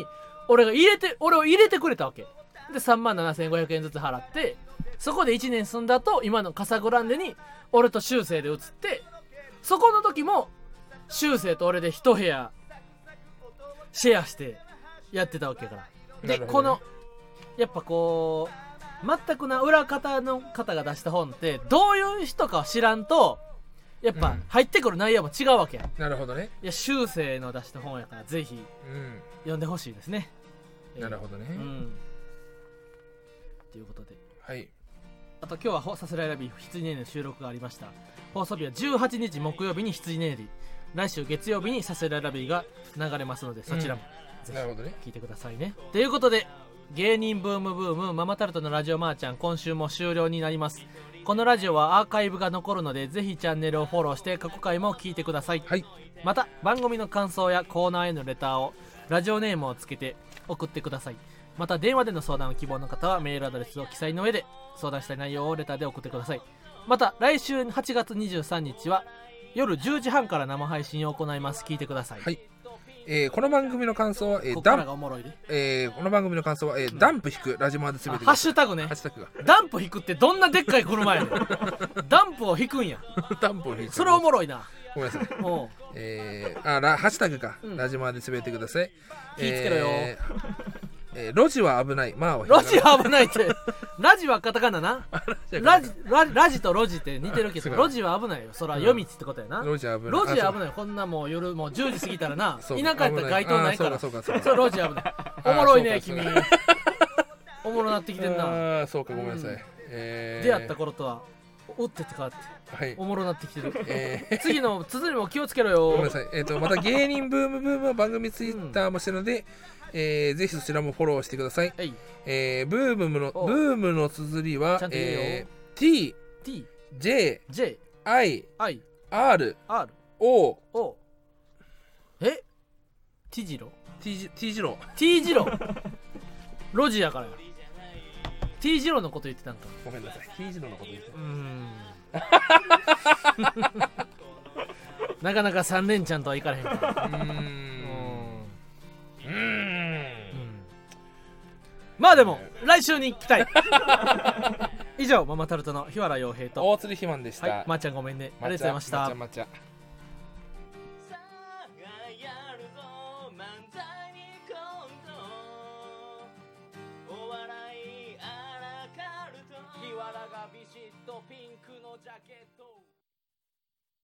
Speaker 2: 俺が入れて俺を入れてくれたわけで、さんまんななせんごひゃくえんずつ払って、そこでいちねん住んだと今のカサグランデに俺と修正で移って、そこの時も修正と俺で一部屋シェアしてやってたわけやから。で、ね、このやっぱこう全くな裏方の方が出した本ってどういう人か知らんとやっぱ入ってくる内容も違うわけや、
Speaker 1: うん、なるほどね。
Speaker 2: いや修正の出した本やからぜひ読んでほしいですね、
Speaker 1: うん、なるほどね、
Speaker 2: えー、うんということで、
Speaker 1: はい、
Speaker 2: あと今日はさすらいラビー羊ねいりの収録がありました。放送日はじゅうはちにち木曜日に羊ねいり、来週月曜日にさすらいラビーが流れますので、そちらもぜひ聞いてくださいね。ということで、芸人ブームブームママタルトのラジオマーちゃん、今週も終了になります。このラジオはアーカイブが残るので、ぜひチャンネルをフォローして過去回も聞いてください、はい、また番組の感想やコーナーへのレターをラジオネームをつけて送ってください。また電話での相談を希望の方はメールアドレスを記載の上で相談したい内容をレターで送ってください。また来週はちがつにじゅうさんにちは夜じゅうじはんから生配信を行います。聞いてください。
Speaker 1: はい、えー、この番組の感想は、えー、
Speaker 2: ここからがおもろいで、
Speaker 1: えー、この番組の感想は、えー、ダンプ引くラジマーで全て
Speaker 2: ハッシュタグね。
Speaker 1: ハッシュタグが
Speaker 2: ダンプ引くってどんなでっかい車やねんダンプを引くんや
Speaker 1: ダンプを引く、
Speaker 2: それおもろいな。
Speaker 1: ごめんなさいおう、えー、あラハッシュタグか、うん、ラジマーで全てください。
Speaker 2: 気ぃつけろよ、え
Speaker 1: ーえー、路地は危ない。まあ、
Speaker 2: 路地は危ないってラジはカタカナなラジ ラ, ラジと路地って似てるけど路地は危ないよ。そら夜道ってことやな、うん、
Speaker 1: 路地は危ない。
Speaker 2: 路地は危ない。こんなもう夜もうじゅうじ過ぎたらな田舎やったら街灯ないから、それ路地危ない。おもろいね君おもろなってきてんな。
Speaker 1: あそうか、ごめんなさい、うん、えー、
Speaker 2: 出会った頃とは打ってって変わって、はい、おもろなってきてる、えー、次の綴りも気をつけろよ。
Speaker 1: ごめんなさい、えー、とまた芸人ブームブームは番組ツイッターもしてるので、うん、えー、ぜひそちらもフォローしてください。はい、えー、ブームのブームの綴りは、えー、T
Speaker 2: T
Speaker 1: J
Speaker 2: J
Speaker 1: I
Speaker 2: I
Speaker 1: R
Speaker 2: R
Speaker 1: O
Speaker 2: O え T 字路
Speaker 1: T 字 T 字路
Speaker 2: T 字路路地やからや。 T 字路のこと言ってたんか。
Speaker 1: ごめんなさい、 T 字路のこと言ってた。うーん
Speaker 2: なかなかさん連チャンとはいかれへんから。うーんうーんまあでも来週に期待以上ママタルトの日原洋平と
Speaker 1: 大鶴ひまんでした。
Speaker 2: はい、まーちゃんごめんね、ありがとうございました。
Speaker 1: まちゃまちゃ
Speaker 4: ビシッとピンクのジャケット